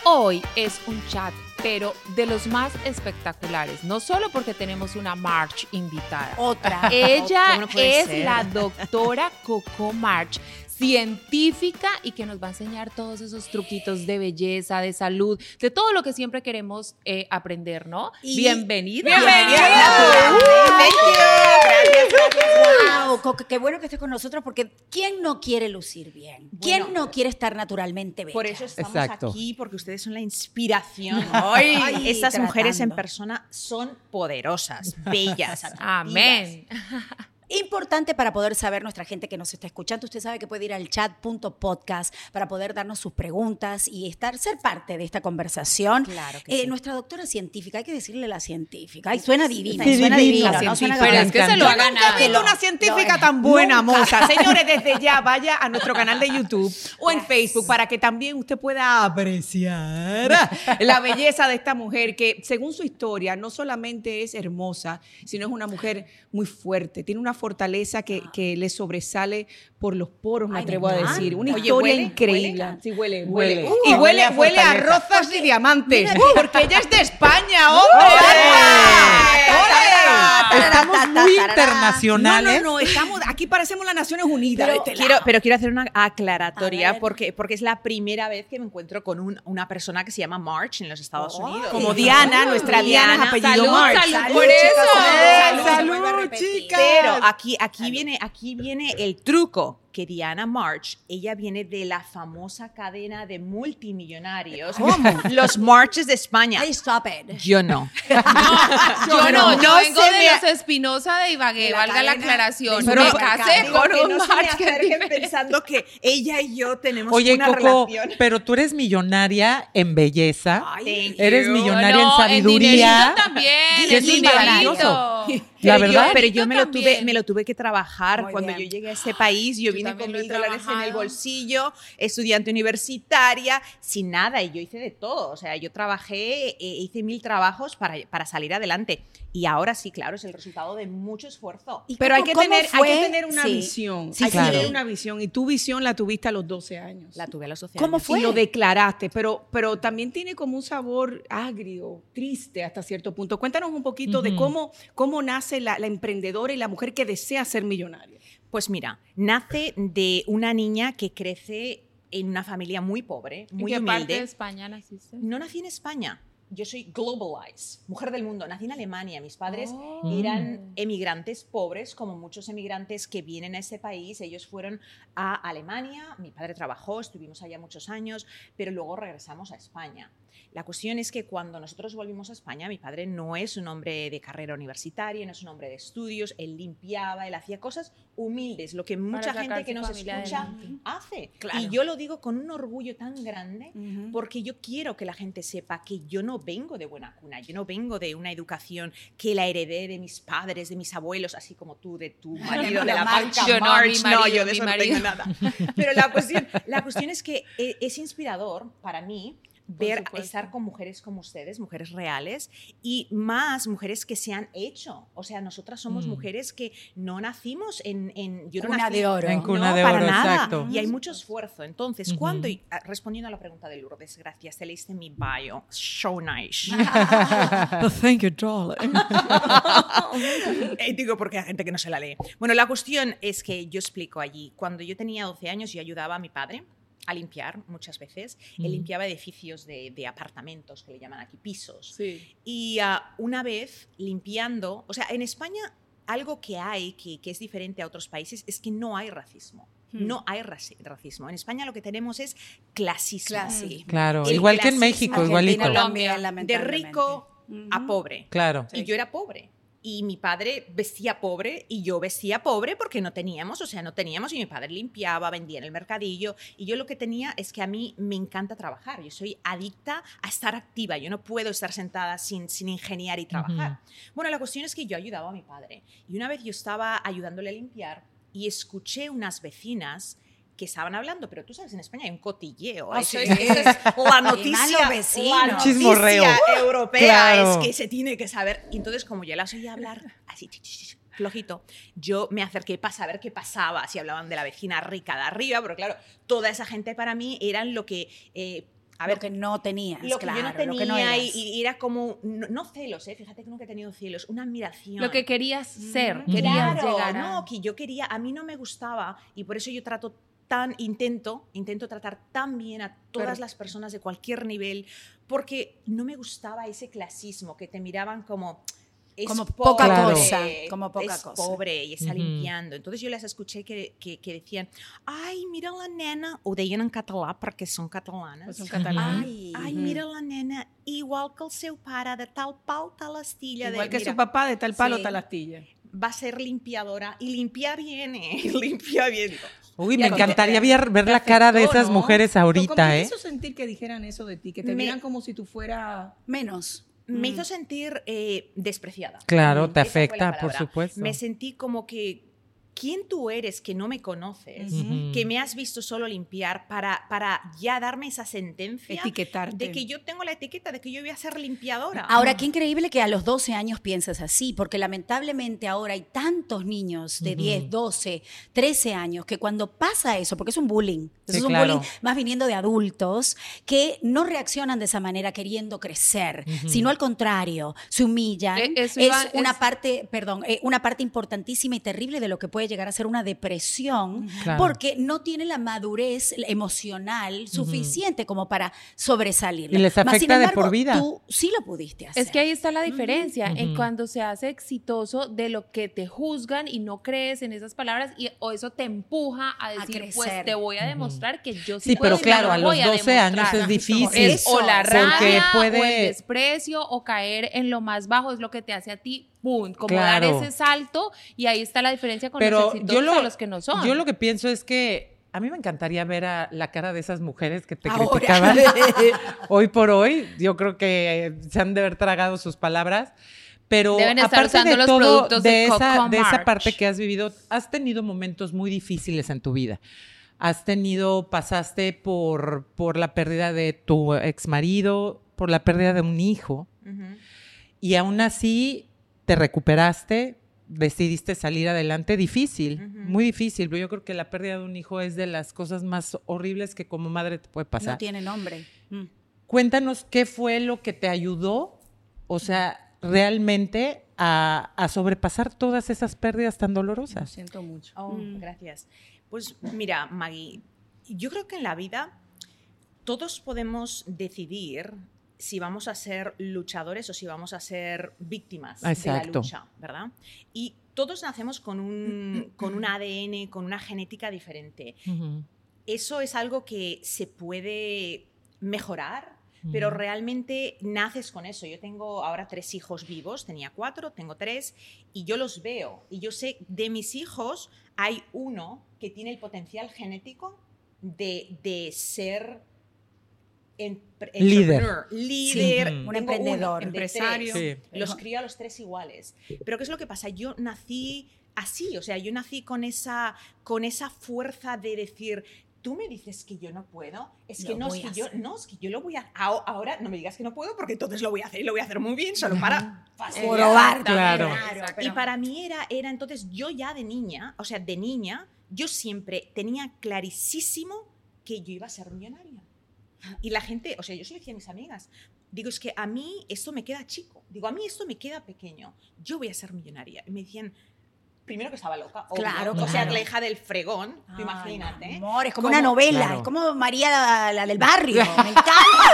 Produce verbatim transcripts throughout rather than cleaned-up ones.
Hoy es un chat, pero de los más espectaculares, no solo porque tenemos una March invitada. Otra. Ella no es ser? la doctora Coco March, científica y que nos va a enseñar todos esos truquitos de belleza, de salud, de todo lo que siempre queremos eh, aprender, ¿no? Y Bienvenida. Bienvenida. Bienvenida. Thank you. Gracias, gracias. Wow, Coco, qué bueno que estés con nosotros porque ¿quién no quiere lucir bien? ¿Quién Bueno, no quiere estar naturalmente bella? Por eso estamos Exacto. aquí, porque ustedes son la inspiración. Ay, Ay, estas tratando. mujeres en persona son poderosas, bellas, atractivas. Amén. Importante para poder saber nuestra gente que nos está escuchando. Usted sabe que puede ir al chat punto podcast para poder darnos sus preguntas y estar, ser parte de esta conversación. Claro que Eh, sí. Nuestra doctora científica, hay que decirle la científica. Ay, suena divino, Sí, suena divino. divino. La ¿no? Suena científica, pero es que se lo Yo ha nunca ganado. he visto Una científica Lo- tan buena, nunca. moza. Señores, desde ya vaya a nuestro canal de YouTube o en Facebook para que también usted pueda apreciar la belleza de esta mujer que, según su historia, no solamente es hermosa, sino es una mujer muy fuerte. Tiene una fortaleza que, que le sobresale por los poros, me Ay, atrevo a me decir. Una encanta. historia Oye, huele, increíble. huele. Sí, huele, Huele. huele. Uh, y huele, huele a huele a fortaleza. rozas y diamantes. mira, Porque ella es de España, hombre. ¡Ole! Estamos muy internacionales. No, no, no, estamos, aquí parecemos las Naciones Unidas. Pero de este quiero- lado. pero quiero hacer una aclaratoria A ver. porque, porque es la primera vez que me encuentro con un- una persona que se llama March en los Estados Oh, Unidos. qué Como Diana, bueno. nuestra Diana, es apellido Salud, March. salud por eso. Salud, Salud, vuelvo a repetir. chicas. Pero aquí, aquí, viene, aquí viene el truco, que Diana March, ella viene de la famosa cadena de multimillonarios, los Marches de España. Ay, stop it. Yo no. Yo no, yo no vengo se de me- los Espinosa de Ibagué, De la valga la cadena aclaración. de Pero me supermercado. casé Digo, con que un no se me March que acerquen tiene- pensando que ella y yo tenemos Oye, una Coco, relación. pero tú eres millonaria en belleza. Ay, Thank Eres you. millonaria No, en sabiduría. dinerito también, Que en es dinerito. maravilloso. Pero La yo- verdad. pero yo me lo, También. tuve, me lo tuve que trabajar Muy cuando bien. yo llegué a este país. Yo, Yo vine también con lo he mil dólares en el trabajado. bolsillo, estudiante universitaria, sin nada. Y yo hice de todo. O sea, yo trabajé, eh, hice mil trabajos para, para salir adelante. Y ahora sí, claro, es el resultado de mucho esfuerzo. ¿Y Pero hay cómo- que, cómo tener, hay fue? que tener una Sí. visión. Sí, hay claro. que tener una visión. Y tu visión la tuviste a los doce años. La tuve a los doce ¿Cómo años. fue? Y lo declaraste, pero, pero también tiene como un sabor agrio, triste hasta cierto punto. Cuéntanos un poquito de Ujú. cómo, cómo nace la, la emprendedora y la mujer que desea ser millonaria. Pues mira, nace de una niña que crece en una familia muy pobre, muy ¿En qué parte de humilde. España naciste? No nací en España. Yo soy globalized, mujer del mundo. Nací en Alemania. Mis padres Oh. eran emigrantes pobres, como muchos emigrantes que vienen a este país. Ellos fueron a Alemania. Mi padre trabajó, estuvimos allá muchos años, pero luego regresamos a España. La cuestión es que cuando nosotros volvimos a España, mi padre no es un hombre de carrera universitaria, no es un hombre de estudios. Él limpiaba, él hacía cosas humildes, lo que mucha sacar gente que su nos familia escucha adelante. hace. Claro. Y yo lo digo con un orgullo tan grande Ujú. porque yo quiero que la gente sepa que yo no vengo de buena cuna, yo no vengo de una educación que la heredé de mis padres, de mis abuelos, así como tú, de tu marido, de La la March. marca Yo no, March. mi No, marido, yo de mi eso no marido. tengo nada. Pero la cuestión, la cuestión es que e- es inspirador para mí ver, supuesto. estar con mujeres como ustedes, mujeres reales, y más mujeres que se han hecho. O sea, nosotras somos Mm. mujeres que no nacimos en... en yo no Cuna nací- de oro. En cuna no, de para oro, nada. exacto. Y hay mucho esfuerzo. Entonces, Ujú. cuando, y, ah, respondiendo a la pregunta de Lourdes, gracias, te leíste mi bio. So nice. Thank you, darling. Eh, digo porque hay gente que no se la lee. Bueno, la cuestión es que yo explico allí. Cuando yo tenía doce años, yo ayudaba a mi padre a limpiar muchas veces. Él Ujú. limpiaba edificios de, de apartamentos, que le llaman aquí pisos. Sí. Y ah, una vez limpiando, o sea, en España algo que hay que, que es diferente a otros países es que no hay racismo. Hmm. No hay raci- racismo. En España lo que tenemos es clasismo. Clasi. Claro, El igual que en clasismo. México, igualito. Argentina Colombia. también, De lamentablemente. rico a Ujú. pobre. Claro. Y yo era pobre. Y mi padre vestía pobre y yo vestía pobre porque no teníamos, o sea, no teníamos y mi padre limpiaba, vendía en el mercadillo y yo lo que tenía es que a mí me encanta trabajar, yo soy adicta a estar activa, yo no puedo estar sentada sin, sin ingeniar y trabajar. Bueno, la cuestión es que yo ayudaba a mi padre y una vez yo estaba ayudándole a limpiar y escuché unas vecinas que estaban hablando, pero tú sabes, en España hay un cotilleo. Ah, Eso sí. es, eso es la noticia, malos vecinos. la noticia Chismorreo. europea Claro. es que se tiene que saber. Y entonces, como yo las oía hablar así, ch, ch, ch, flojito, yo me acerqué para saber qué pasaba, si hablaban de la vecina rica de arriba, pero claro, toda esa gente para mí eran lo que... eh, A lo ver, que no tenías, lo que claro, yo no tenía lo que no eras. y, y era como, no, no celos, ¿eh? Fíjate que nunca he tenido celos, una admiración. Lo que querías ser, Mm, querías claro, llegar a... no, que yo quería, a mí no me gustaba y por eso yo trato tan, intento, intento tratar tan bien a todas Pero- las personas de cualquier nivel, porque no me gustaba ese clasismo, que te miraban como... Es Como pobre, poca Claro. cosa, como poca es cosa. pobre y está Ujú. limpiando. Entonces yo les escuché que, que, que decían, ai, mira la nena, ho deien en català perquè són catalanes. Pues son catalanes. Ay, Ai, mira la nena, igual que el seu pare, de tal pal, tal astilla. Igual de, que mira, su papá, de tal palo, Sí. tal astilla. va a ser limpiadora y limpia bien, ¿eh? Limpia bien. Uy, Y me a ti te- encantaría ver, ver te la cara de afectó, esas ¿no? mujeres ¿Cómo ahorita, te ¿eh? hizo sentir que dijeran eso de ti? Que te Me- vieran como si tú fueras... menos. Me Mm. hizo sentir eh, despreciada. Claro, te Esa fue la afecta, por palabra. supuesto. Me sentí como que, ¿quién tú eres que no me conoces? Ujú. Que me has visto solo limpiar para, para ya darme esa sentencia Etiquetarte. de que yo tengo la etiqueta de que yo voy a ser limpiadora. Ahora, qué increíble que a los doce años pienses así, porque lamentablemente ahora hay tantos niños de Ujú. diez, doce, trece años que cuando pasa eso, porque es un bullying, eso Sí, es un claro. bullying más viniendo de adultos, que no reaccionan de esa manera queriendo crecer, Ujú. sino al contrario, se humillan. Eh, eso es iba- una es- parte, perdón, eh, una parte importantísima y terrible de lo que puede llegar a ser una depresión, Claro. porque no tiene la madurez emocional suficiente como para sobresalir. Y les Mas, afecta sin de embargo, por vida. Tú sí lo pudiste hacer. Es que ahí está la diferencia en Ujú. cuando se hace exitoso de lo que te juzgan y no crees en esas palabras y, o eso te empuja a decir, crecer. pues te voy a Ujú. demostrar que yo sí Sí, puedo pero y me claro, lo a los voy doce años demostrar. es difícil. Es o la porque rabia o puede- el desprecio o caer en lo más bajo es lo que te hace a ti, ¡pum! Como Claro. dar ese salto y ahí está la diferencia con Pero los exitosos yo lo, a los que no son. yo lo que pienso es que a mí me encantaría ver a la cara de esas mujeres que te Ahora. criticaban hoy por hoy. Yo creo que se han de haber tragado sus palabras. Pero Deben estar aparte usando de los todo, productos de de, esa, Coco de esa March. parte que has vivido, has tenido momentos muy difíciles en tu vida. Has tenido, pasaste por, por la pérdida de tu exmarido, por la pérdida de un hijo. Ujú. Y aún así te recuperaste, decidiste salir adelante. Difícil, Ujú. muy difícil. Pero yo creo que la pérdida de un hijo es de las cosas más horribles que como madre te puede pasar. No tiene nombre. Mm. Cuéntanos qué fue lo que te ayudó, o sea, realmente a, a sobrepasar todas esas pérdidas tan Lo dolorosas. siento mucho. Oh, Mm. gracias. Pues mira, Maggie, yo creo que en la vida todos podemos decidir si vamos a ser luchadores o si vamos a ser víctimas de Exacto. la lucha, ¿verdad? Y todos nacemos con un, con un A D N, con una genética diferente. Ujú. Eso es algo que se puede mejorar, pero Ujú. realmente naces con eso. Yo tengo ahora tres hijos vivos, tenía cuatro, tengo tres, y yo los veo. Y yo sé, de mis hijos hay uno que tiene el potencial genético de, de ser empre- Líder. entrepreneur, líder, Sí. Un Tengo emprendedor. uno, de Empresario. tres. Sí. Los crío a los tres iguales. Pero ¿qué es lo que pasa? Yo nací así, o sea, yo nací con esa, con esa fuerza de decir, tú me dices que yo no puedo, es que Lo no, voy es que a yo, hacer. no, es que yo lo voy a ao- ahora no me digas que no puedo porque entonces lo voy a hacer y lo voy a hacer muy bien solo para fastidiar. Probar. Claro. Y para mí era, era entonces, yo ya de niña, o sea, de niña, yo siempre tenía clarísimo que yo iba a ser millonaria. Y la gente, o sea, yo se lo decía a mis amigas, digo, es que a mí esto me queda chico, digo, a mí esto me queda pequeño, yo voy a ser millonaria. Y me decían, primero que estaba loca, obvio. Claro, O sea, claro. la hija del fregón, tú Ay, imagínate. amor, es como ¿Cómo? una novela, Claro. es como María la, la del barrio. Me encanta.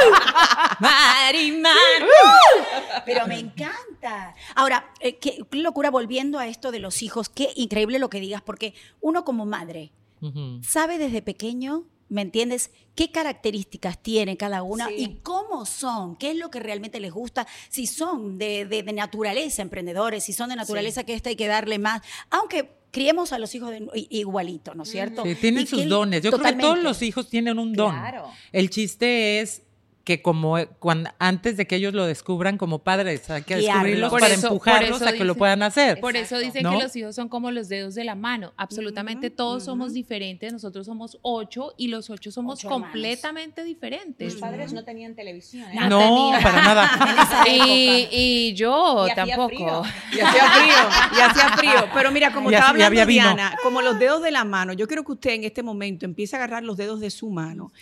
Pero me encanta. Ahora, eh, qué, qué locura volviendo a esto de los hijos, qué increíble lo que digas, porque uno como madre Ujú. sabe desde pequeño, ¿me entiendes? ¿Qué características tiene cada una Sí. y cómo son? ¿Qué es lo que realmente les gusta? Si son de, de- de naturaleza emprendedores, si son de naturaleza que esta hay que darle más, aunque criemos a los hijos de- i- igualito, ¿no es cierto? Sí, tienen Y sus que- dones. Yo creo que todos totalmente. los hijos tienen un don. Claro. El chiste es que como cuando, antes de que ellos lo descubran como padres, hay que Guiarlos. descubrirlos Por para eso- empujarlos por eso a que lo dice- puedan hacer. Por eso Exacto. dicen ¿No? que los hijos son como los dedos de la mano. Absolutamente Ujú, todos somos ujú. diferentes. Nosotros somos ocho y los ocho somos Ocho hermanos. completamente diferentes. Mis padres no tenían televisión. ¿eh? No No, tenía. para nada. Y, y yo Y hacía tampoco. frío. Y hacía frío, y hacía frío. Pero mira, como Y estaba así- y hablando había vino. Diana, como los dedos de la mano, yo quiero que usted en este momento empiece a agarrar los dedos de su mano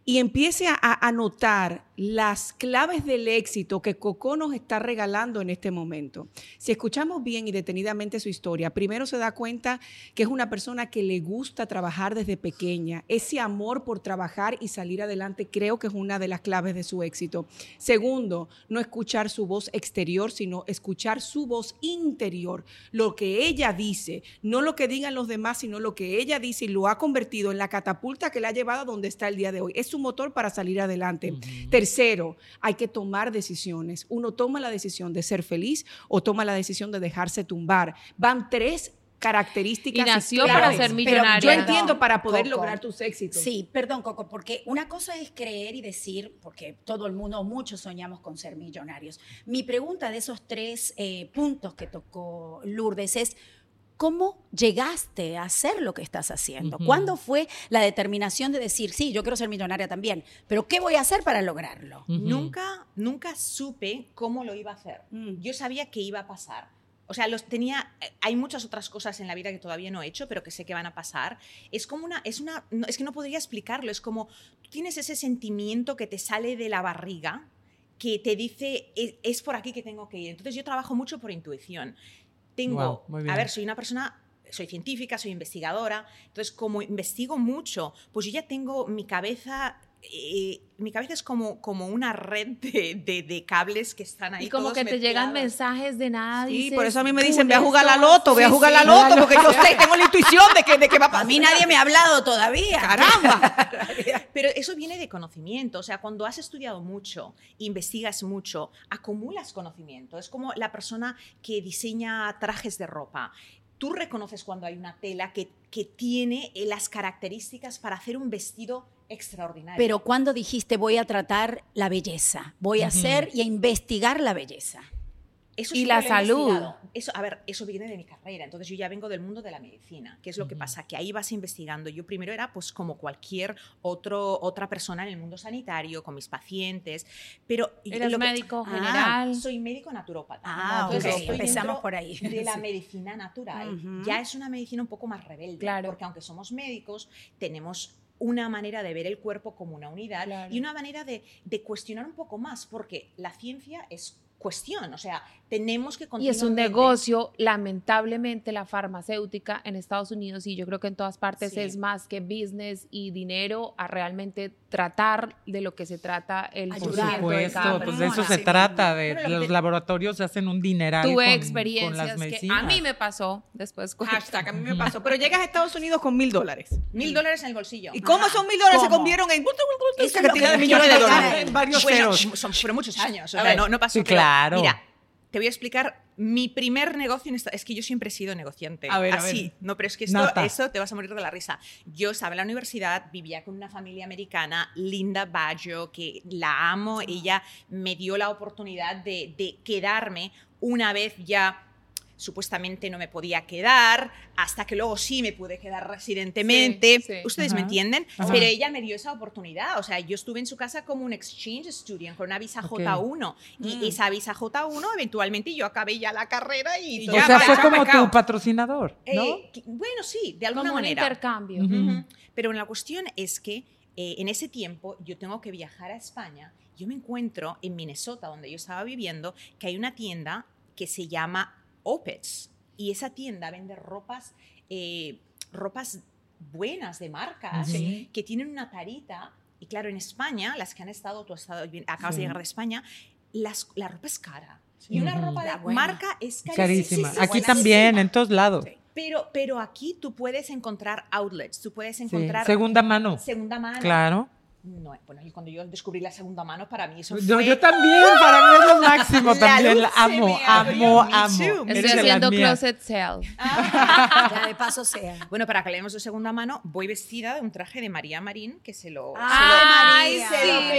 y empiece a, a notar las claves del éxito que Coco nos está regalando en este momento. Si escuchamos bien y detenidamente su historia, primero se da cuenta que es una persona que le gusta trabajar desde pequeña. Ese amor por trabajar y salir adelante creo que es una de las claves de su éxito. Segundo, no escuchar su voz exterior, sino escuchar su voz interior. Lo que ella dice, no lo que digan los demás, sino lo que ella dice, y lo ha convertido en la catapulta que la ha llevado a donde está el día de hoy. Es su motor para salir adelante. Uh-huh. Tercero, hay que tomar decisiones. Uno toma la decisión de ser feliz o toma la decisión de dejarse tumbar. Van tres características. Y nació claves, para ser millonaria. Yo entiendo para poder Coco, lograr tus éxitos. Sí, perdón, Coco, porque una cosa es creer y decir, porque todo el mundo, muchos soñamos con ser millonarios. Mi pregunta de esos tres eh, puntos que tocó Lourdes es, ¿cómo llegaste a hacer lo que estás haciendo? Uh-huh. ¿Cuándo fue la determinación de decir, sí, yo quiero ser millonaria también, pero qué voy a hacer para lograrlo? Uh-huh. Nunca, nunca supe cómo lo iba a hacer. Uh-huh. Yo sabía que iba a pasar. O sea, los tenía, hay muchas otras cosas en la vida que todavía no he hecho, pero que sé que van a pasar. Es como una, es una, no, es que no podría explicarlo, es como, tú tienes ese sentimiento que te sale de la barriga, que te dice, es, es por aquí que tengo que ir. Entonces yo trabajo mucho por intuición. Tengo, wow, a ver, soy una persona, soy científica, soy investigadora, entonces como investigo mucho, pues yo ya tengo mi cabeza, eh, mi cabeza es como, como una red de, de, de cables que están ahí. Y como que te llegan mensajes de nada. Sí, dices, por eso a mí me dicen, ve a jugar la loto, ve sí, a jugar sí, la loto, sí, porque yo sé, tengo la intuición de que, de que va a pasar. A mí nadie me ha hablado todavía. ¡Caramba! Pero eso viene de conocimiento, o sea, cuando has estudiado mucho, investigas mucho, acumulas conocimiento. Es como la persona que diseña trajes de ropa. Tú reconoces cuando hay una tela que, que tiene las características para hacer un vestido extraordinario. Pero ¿cuándo dijiste voy a tratar la belleza? Voy a hacer y a investigar la belleza. Eso y la salud. Eso, a ver, eso viene de mi carrera. Entonces yo ya vengo del mundo de la medicina. ¿Qué es lo uh-huh. que pasa? Que ahí vas investigando. Yo primero era pues como cualquier otro, otra persona en el mundo sanitario, con mis pacientes. Pero ¿eres lo médico que, general? Ah, soy médico naturópata. Ah, Entonces, okay. Empezamos por ahí. De la medicina natural. Uh-huh. Ya es una medicina un poco más rebelde. Claro. Porque aunque somos médicos, tenemos una manera de ver el cuerpo como una unidad claro. y una manera de, de cuestionar un poco más, porque la ciencia es cuestión, o sea, tenemos que continuamente... Y es un negocio, lamentablemente, la farmacéutica en Estados Unidos, y yo creo que en todas partes sí. es más que business y dinero a realmente tratar de lo que se trata el Ayudar. Por supuesto, pues de eso se trata, de bueno, los te... laboratorios hacen un dineral Tuve con, experiencias con las medicinas. Que a mí me pasó, después... Hashtag, a mí me pasó, pero llegas a Estados Unidos con mil dólares. Mil dólares en el bolsillo. ¿Y cómo esos mil dólares se convierten en esa cantidad de millones de dólares? En varios bueno, ceros. Son, fueron muchos años, o sea, no, no pasó. Sí, claro. Mira, te voy a explicar mi primer negocio en esta, es que yo siempre he sido negociante. A ver, a así. ver. No, pero es que esto, esto te vas a morir de la risa. Yo estaba en la universidad, vivía con una familia americana, Linda Baggio, que la amo. Ella me dio la oportunidad de, de quedarme una vez ya. Supuestamente no me podía quedar, hasta que luego sí me pude quedar residentemente. Sí, sí. Ustedes Ajá. me entienden, Ajá. pero ella me dio esa oportunidad. O sea, yo estuve en su casa como un exchange student con una visa okay. J uno. Y mm. esa visa J uno, eventualmente yo acabé ya la carrera. Y, y o sea, fue como tu patrocinador, ¿no? Eh, bueno, sí, de alguna como manera. Un intercambio. Uh-huh. Uh-huh. Pero la cuestión es que eh, en ese tiempo yo tengo que viajar a España. Yo me encuentro en Minnesota, donde yo estaba viviendo, que hay una tienda que se llama Opitz, y esa tienda vende ropas, eh, ropas buenas de marcas uh-huh. que tienen una tarita. Y claro, en España, las que han estado, tú has estado, acabas sí. de llegar de España, las, la ropa es cara. Sí. Y una uh-huh. ropa de buena. marca es carísima. carísima. Sí, sí, aquí también, en todos lados. Sí. Pero, pero aquí tú puedes encontrar outlets, tú puedes encontrar... Sí. Segunda mano. Segunda mano. Claro. No, bueno, y cuando yo descubrí la segunda mano, para mí eso fue... Yo, yo también, ¡oh! Para mí es lo máximo, la también la amo, amo, amo. Estoy haciendo closet sale. Ah, ya de paso sea. Bueno, para que leemos de segunda mano, voy vestida de un traje de María Marín, que se lo, Ay, se lo, María, se lo sí, pedí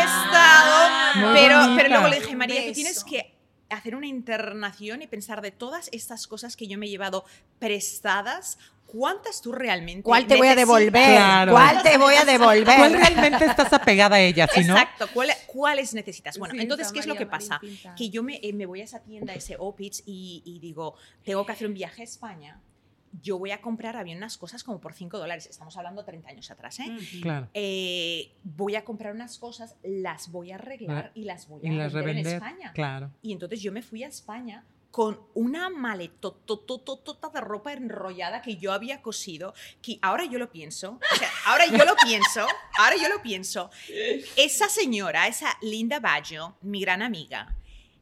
claro. prestado, pero, pero luego le dije, Un María, beso. tú tienes que hacer una internación y pensar de todas estas cosas que yo me he llevado prestadas, ¿cuántas tú realmente ¿Cuál te voy a devolver? Claro. ¿Cuál te voy a devolver? ¿Cuál realmente estás apegada a ella? Si no? Exacto, ¿cuál, ¿cuáles necesitas? Bueno, Sí, entonces, ¿qué es lo María que pasa? Que yo me, eh, me voy a esa tienda, ese Opitz, y, y digo, tengo que hacer un viaje a España. yo voy a comprar, había unas cosas como por cinco dólares, estamos hablando treinta años atrás, ¿eh? Mm. Claro. Eh, voy a comprar unas cosas, las voy a arreglar y las voy a Y las vender revender. en España. Claro. Y entonces yo me fui a España con una maletotototota de ropa enrollada que yo había cosido, que ahora yo lo pienso, o sea, ahora yo lo pienso, ahora yo lo pienso. Esa señora, esa Linda Baggio, mi gran amiga,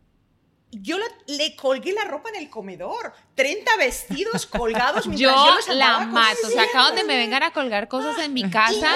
yo lo- le colgué la ropa en el comedor, treinta vestidos colgados mientras Yo, yo los la andaba mato. O sea, acá cosiendo. donde me vengan a colgar cosas en mi casa.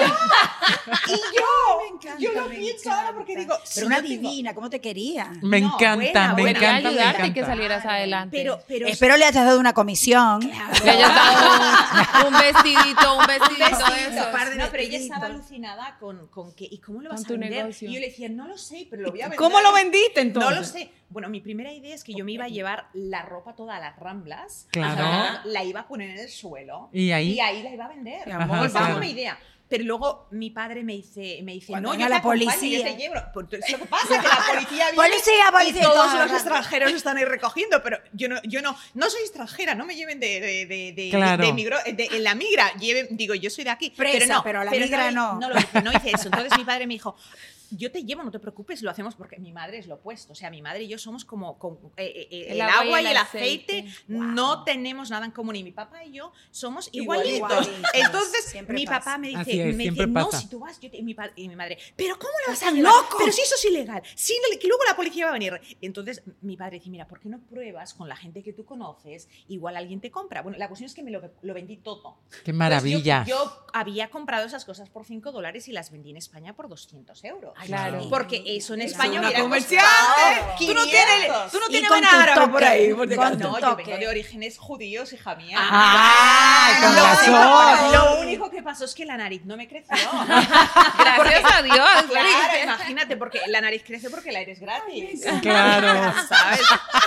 Y yo, Me encanta, yo lo me pienso ahora porque encanta. digo, si Pero una yo tengo- divina, ¿cómo te quería? Me No, encanta, buena, me buena. Quería encanta, me ayudarte y encanta. que salieras adelante. Pero, pero Espero le hayas dado una comisión. Le hayas dado un, un vestidito, un vestidito de vestido, esos. par de- no, pero ella vestiditos. estaba alucinada con, con que, ¿y cómo lo vas Con a tu vender? negocio. Y yo le decía, no lo sé, pero lo voy a vender. ¿Cómo lo vendiste entonces? No lo sé. Bueno, mi primera idea es que yo me iba a llevar la ropa toda a las Ramblas, Claro. o sea, la iba a poner en el suelo Y ahí- y ahí la iba a vender. Mi amor, Esa claro. fue mi idea. Pero luego mi padre me dice, me dice Cuando no, venga yo la te acompaño, policía. yo te llevo. Pues entonces lo que pasa es que la policía viene Policía, policía, y todos todos los agarrando. extranjeros están ahí recogiendo, pero yo no, yo no, no soy extranjera, no me lleven de, de, de, de, Claro. de, migro- de- en la migra, lleven, digo, yo soy de aquí. Presa, pero no, pero la migra no. No, lo hice, no hice eso. Entonces mi padre me dijo, yo te llevo, no te preocupes, lo hacemos porque mi madre es lo opuesto. O sea, mi madre y yo somos como, con, eh, eh, el, agua y el aceite, aceite. no tenemos nada en común. Y mi papá y yo somos Igualitos. igualitos. Igualitos. Entonces, Siempre mi pasa. papá me dice, Así es, me siempre dice no, pasa. si tú vas, yo te- y, mi pa- y mi madre, pero ¿cómo le vas a ¡Estás llevar? loco! Pero si eso es ilegal, si no- que luego la policía va a venir. Entonces, mi padre dice, mira, ¿por qué no pruebas con la gente que tú conoces? Igual alguien te compra. Bueno, la cuestión es que me lo, lo vendí todo. Qué maravilla. Pues yo, yo había comprado esas cosas por cinco dólares y las vendí en España por doscientos euros. Claro. Porque eso en Es España una hubiera comerciante. costado Tú no tienes, tú no Y tienes con vena tu árabe toque, por ahí. por si con acaso. tu No, yo toque. vengo de orígenes judíos, hija mía. Ah, con Lo razón. único- Lo único que pasó es que la nariz no me creció. Gracias a Dios. Claro, imagínate, porque la nariz crece porque el aire es gratis. Claro. ¿Sabes?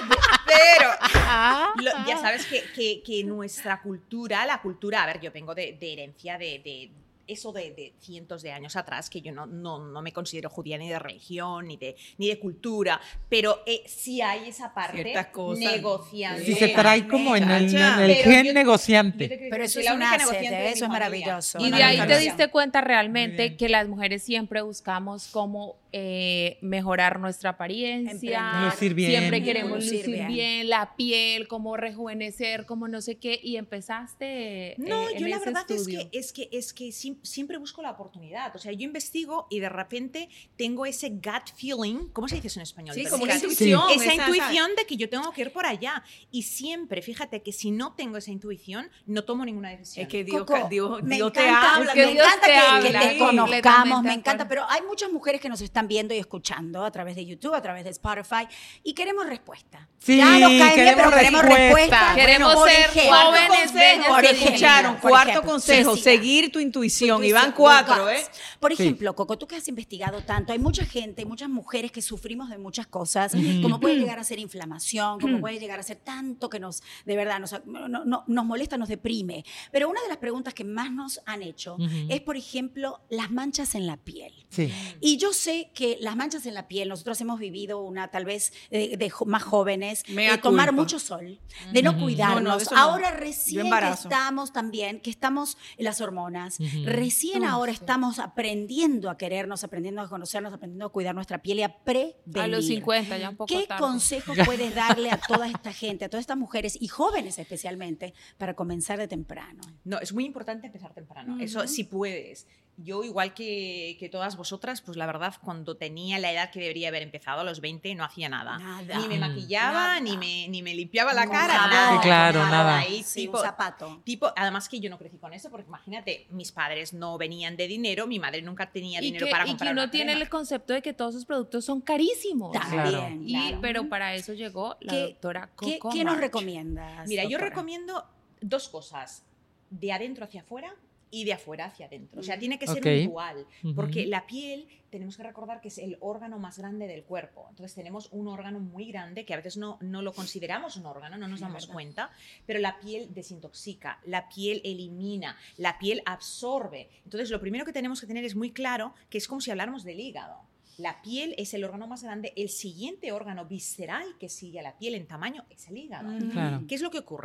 Pero Ah, lo- ya sabes que, que- que nuestra cultura, la cultura, a ver, yo vengo de, de herencia de, de eso de, de cientos de años atrás, que yo no, no, no me considero judía ni de religión, ni de, ni de cultura, pero eh, sí hay esa parte Ciertas cosas. negociante. Si se trae como en el, en el Pero gen yo- negociante. Yo te creo Pero que eso soy es la un única asset, negociante ¿eh? de mi Eso es familia. maravilloso. Y Una de ahí te maravilla. diste cuenta Muy realmente bien. que las mujeres siempre buscamos cómo eh, mejorar nuestra apariencia, Emprender. Lucir bien. siempre queremos Lucir lucir bien. bien. la piel, cómo rejuvenecer, cómo no sé qué, y empezaste No, eh, en yo la ese verdad es estudio. que, es que, es que sim- siempre busco la oportunidad. O sea, yo investigo y de repente tengo ese gut feeling, ¿cómo se dice eso en español? Sí, Gut- como una gut- intuición. Esa intuición de que yo tengo que ir por allá. Y siempre, fíjate que si no tengo esa intuición, no tomo ninguna decisión. Es que Dios, Coco, Dios, me Dios te encanta, habla. Es que me Dios encanta te que, que habla, te sí, conozcamos, completamente me de encanta, acuerdo. pero hay muchas mujeres que nos están viendo y escuchando a través de YouTube, a través de Spotify, y queremos respuesta. Sí, ya nos cae bien, queremos pero queremos respuesta. respuesta. Queremos por ser ejemplo, jóvenes, bellas por y ejemplo, Escucharon, por cuarto ejemplo, consejo, sí, sí, seguir tu intuición. Y van Intuición, cuatro, guts. ¿eh? Por ejemplo, Coco, tú que has investigado tanto, hay mucha gente, muchas mujeres que sufrimos de muchas cosas, como puede llegar a ser inflamación, como puede llegar a ser tanto que nos, de verdad, nos, no- no- nos molesta, nos deprime. Pero una de las preguntas que más nos han hecho Ujú. es, por ejemplo, las manchas en la piel. Sí. Y yo sé que las manchas en la piel, nosotros hemos vivido una tal vez eh, de jo- más jóvenes, Mea de tomar culpa. mucho sol, de no Ujú. cuidarnos. No, no, de eso no. Ahora Yo recién que embarazo. estamos también, que estamos en las hormonas, Ujú. recién ahora estamos aprendiendo a querernos, aprendiendo a conocernos, aprendiendo a cuidar nuestra piel y a prevenir. A los cincuenta, ya un poco ¿Qué tarde. consejos puedes darle a toda esta gente, a todas estas mujeres y jóvenes especialmente, para comenzar de temprano? No, es muy importante empezar temprano. Ujú. Eso si puedes. Yo, igual que, que todas vosotras, pues la verdad, cuando tenía la edad que debería haber empezado, a los veinte, no hacía nada. Nada. Ni me Mm. maquillaba, Nada. ni me, ni me limpiaba la No, cara, nada. nada. Sí, claro, nada. Ahí, Sí, tipo, un zapato. tipo, además que yo no crecí con eso, porque imagínate, mis padres no venían de dinero, mi madre nunca tenía Y dinero que, para y comprar que uno una tiene crema. el concepto de que todos esos productos son carísimos. También, Y, claro. pero para eso llegó la ¿Qué- doctora ¿Qué, Coco qué nos March. recomiendas? Mira, yo doctora? recomiendo dos cosas, de adentro hacia afuera y de afuera hacia adentro. O sea, tiene que ser Ok. un dual, Ujú. porque la piel, tenemos que recordar que es el órgano más grande del cuerpo. Entonces tenemos un órgano muy grande que a veces no, no lo consideramos un órgano, no nos Es damos verdad. cuenta, pero la piel desintoxica, la piel elimina, la piel absorbe. Entonces lo primero que tenemos que tener es muy claro que es como si habláramos del hígado. La piel es el órgano más grande, el siguiente órgano visceral que sigue a la piel en tamaño es el hígado. Ujú. Claro. ¿Qué es lo que ocurre?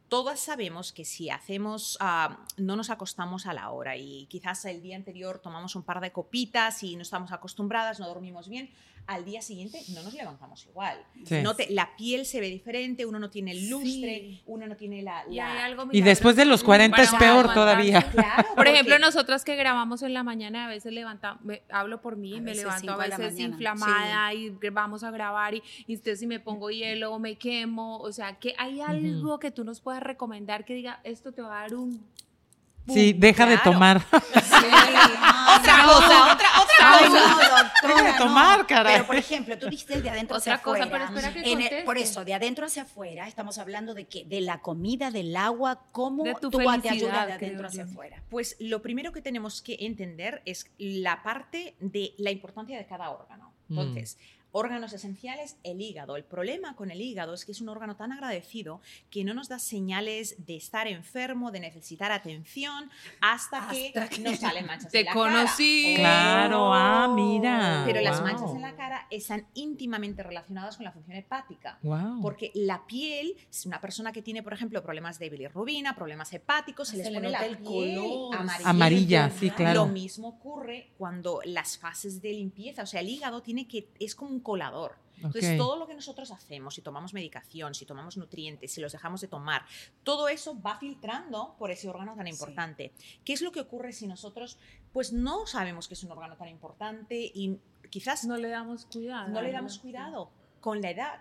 todas sabemos que si hacemos, uh, no nos acostamos a la hora y quizás el día anterior tomamos un par de copitas y no estamos acostumbradas, no dormimos bien, al día siguiente no nos levantamos igual. Sí. No te, la piel se ve diferente, uno no tiene el lustre, Sí. uno no tiene la... Y, la... hay algo Y después de los cuarenta es para peor aguantarse. todavía. Claro, Por porque- ejemplo, nosotras que grabamos en la mañana, a veces levantamos, hablo por mí, A me veces levanto cinco a de la veces mañana. inflamada y vamos a grabar y, y entonces si me pongo hielo me quemo, o sea, que hay algo Ujú. que tú nos puedas recomendar que diga, esto te va a dar un... Sí, deja de claro. tomar. Otra cosa, otra, otra Ay, cosa. no, doctora, Deja de tomar, no. caray. Pero, por ejemplo, tú dijiste de adentro Otra hacia cosa, afuera. pero espera que En el- conteste. por eso, de adentro hacia afuera, estamos hablando de que de la comida, del agua, cómo De tu tú te ayuda felicidad, de adentro creo hacia yo. afuera. Pues lo primero que tenemos que entender es la parte de la importancia de cada órgano. Entonces, órganos esenciales, el hígado. El problema con el hígado es que es un órgano tan agradecido que no nos da señales de estar enfermo, de necesitar atención, hasta, que, Hasta que- nos salen manchas Te en la conocí. cara. Claro, ah, mira. Pero las Wow. manchas en la cara están íntimamente relacionadas con la función hepática. Wow. Porque la piel, si una persona que tiene, por ejemplo, problemas de bilirrubina, problemas hepáticos, se Se les le pone la nota el piel color. amarillenta. Amarilla, sí, claro. Lo mismo ocurre cuando las fases de limpieza, o sea, el hígado tiene que, es como un colador. Entonces, Ok. todo lo que nosotros hacemos, si tomamos medicación, si tomamos nutrientes, si los dejamos de tomar, todo eso va filtrando por ese órgano tan importante. ¿Qué es lo que ocurre si nosotros, pues no sabemos que es un órgano tan importante y quizás No le damos cuidado. no le damos cuidado? Con la edad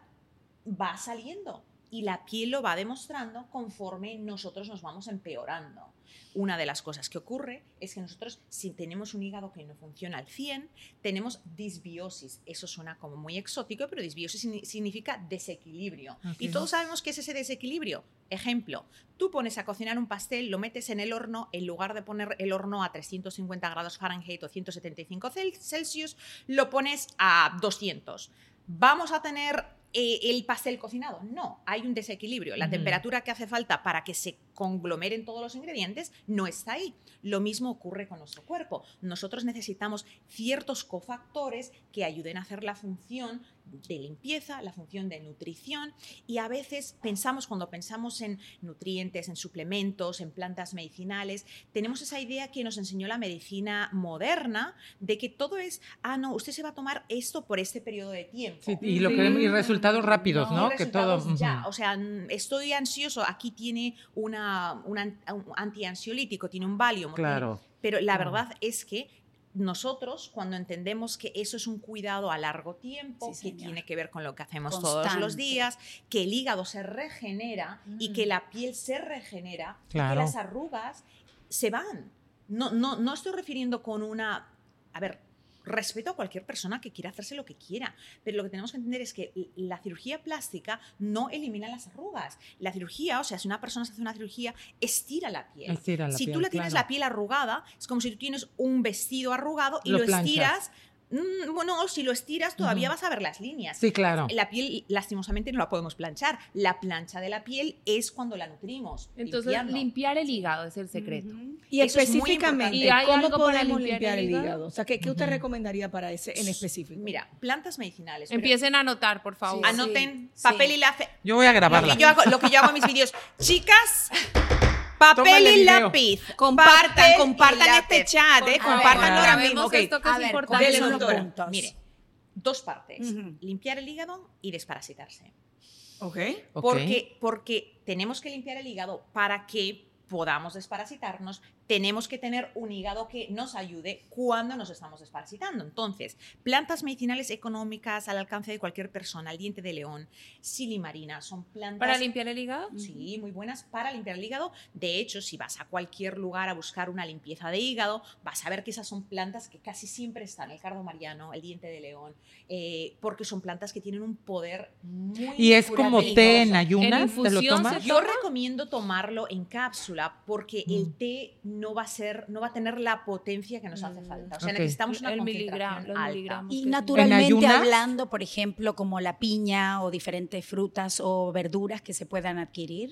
va saliendo y la piel lo va demostrando conforme nosotros nos vamos empeorando. Una de las cosas que ocurre es que nosotros, si tenemos un hígado que no funciona al cien, tenemos disbiosis. Eso suena como muy exótico, pero disbiosis signi- significa desequilibrio. Ok. Y todos sabemos qué es ese desequilibrio. Ejemplo, tú pones a cocinar un pastel, lo metes en el horno, en lugar de poner el horno a trescientos cincuenta grados Fahrenheit o ciento setenta y cinco Celsius, lo pones a doscientos. ¿Vamos a tener eh, el pastel cocinado? No, hay un desequilibrio. La Ujú. temperatura que hace falta para que se conglomeren todos los ingredientes no está ahí. Lo mismo ocurre con nuestro cuerpo. Nosotros necesitamos ciertos cofactores que ayuden a hacer la función de limpieza, la función de nutrición, y a veces pensamos, cuando pensamos en nutrientes, en suplementos, en plantas medicinales, tenemos esa idea que nos enseñó la medicina moderna de que todo es, ah, no, usted se va a tomar esto por este periodo de tiempo. Sí, y, lo que, y resultados rápidos, ¿no? Y Que todo. resultados ya. Ujú. O sea, mm, estoy ansioso, aquí tiene una, un an- un antiansiolítico, tiene un Valium. Claro. tiene- pero la Claro. verdad es que nosotros, cuando entendemos que eso es un cuidado a largo tiempo, Sí, que señor. tiene que ver con lo que hacemos todos los Constante. días, que el hígado se regenera y Mm. que la piel se regenera, y Claro. que las arrugas se van. No, no, no estoy refiriendo con una... A ver, respeto a cualquier persona que quiera hacerse lo que quiera, pero lo que tenemos que entender es que la cirugía plástica no elimina las arrugas. La cirugía, o sea, si una persona se hace una cirugía, estira la piel. Estira la si piel, tú le tienes claro. la piel arrugada, es como si tú tienes un vestido arrugado y Lo lo, planchas. estiras. Mm, Bueno, si lo estiras todavía Ujú. vas a ver las líneas. Sí, claro. La piel, lastimosamente, no la podemos planchar. La plancha de la piel es cuando la nutrimos. Entonces, limpiando. limpiar el hígado es el secreto. Ujú. Y Eso es muy específicamente, importante. ¿Y hay ¿cómo algo para podemos limpiar limpiar el el hígado? hígado? O sea, ¿qué, qué usted Ujú. recomendaría para ese en específico? Mira, plantas medicinales. pero Empiecen a anotar, por favor. Sí. Anoten Sí. papel y lápiz. Yo voy a Lo grabarla. que, yo hago, lo que yo hago en mis vídeos. Chicas, papel Tómale y video. lápiz. Compartan, Papel y compartan lápiz. este chat, Por eh, favor, compártanlo ahora grabemos mismo. ok. esto que A es ver, importante. ¿cuáles Dele, son los doctora. puntos? Mire, dos partes. Ujú. Limpiar el hígado y desparasitarse. Ok. Ok. Porque, porque tenemos que limpiar el hígado para que podamos desparasitarnos. Tenemos que tener un hígado que nos ayude cuando nos estamos desparasitando. Entonces, plantas medicinales económicas al alcance de cualquier persona, el diente de león, silimarina, son plantas... ¿Para limpiar el hígado? Sí, muy buenas para limpiar el hígado. De hecho, si vas a cualquier lugar a buscar una limpieza de hígado, vas a ver que esas son plantas que casi siempre están, el cardo mariano, el diente de león, eh, porque son plantas que tienen un poder muy Y es como curativo. té en ayunas, En ¿te lo infusión tomas? se Yo toma? recomiendo tomarlo en cápsula porque Mm. el té no va a ser, no va a tener la potencia que nos hace Mm. falta. O sea, Ok. necesitamos una El concentración miligramo, los alta. miligramos. Y que naturalmente ayunas? hablando, por ejemplo, como la piña o diferentes frutas o verduras que se puedan adquirir.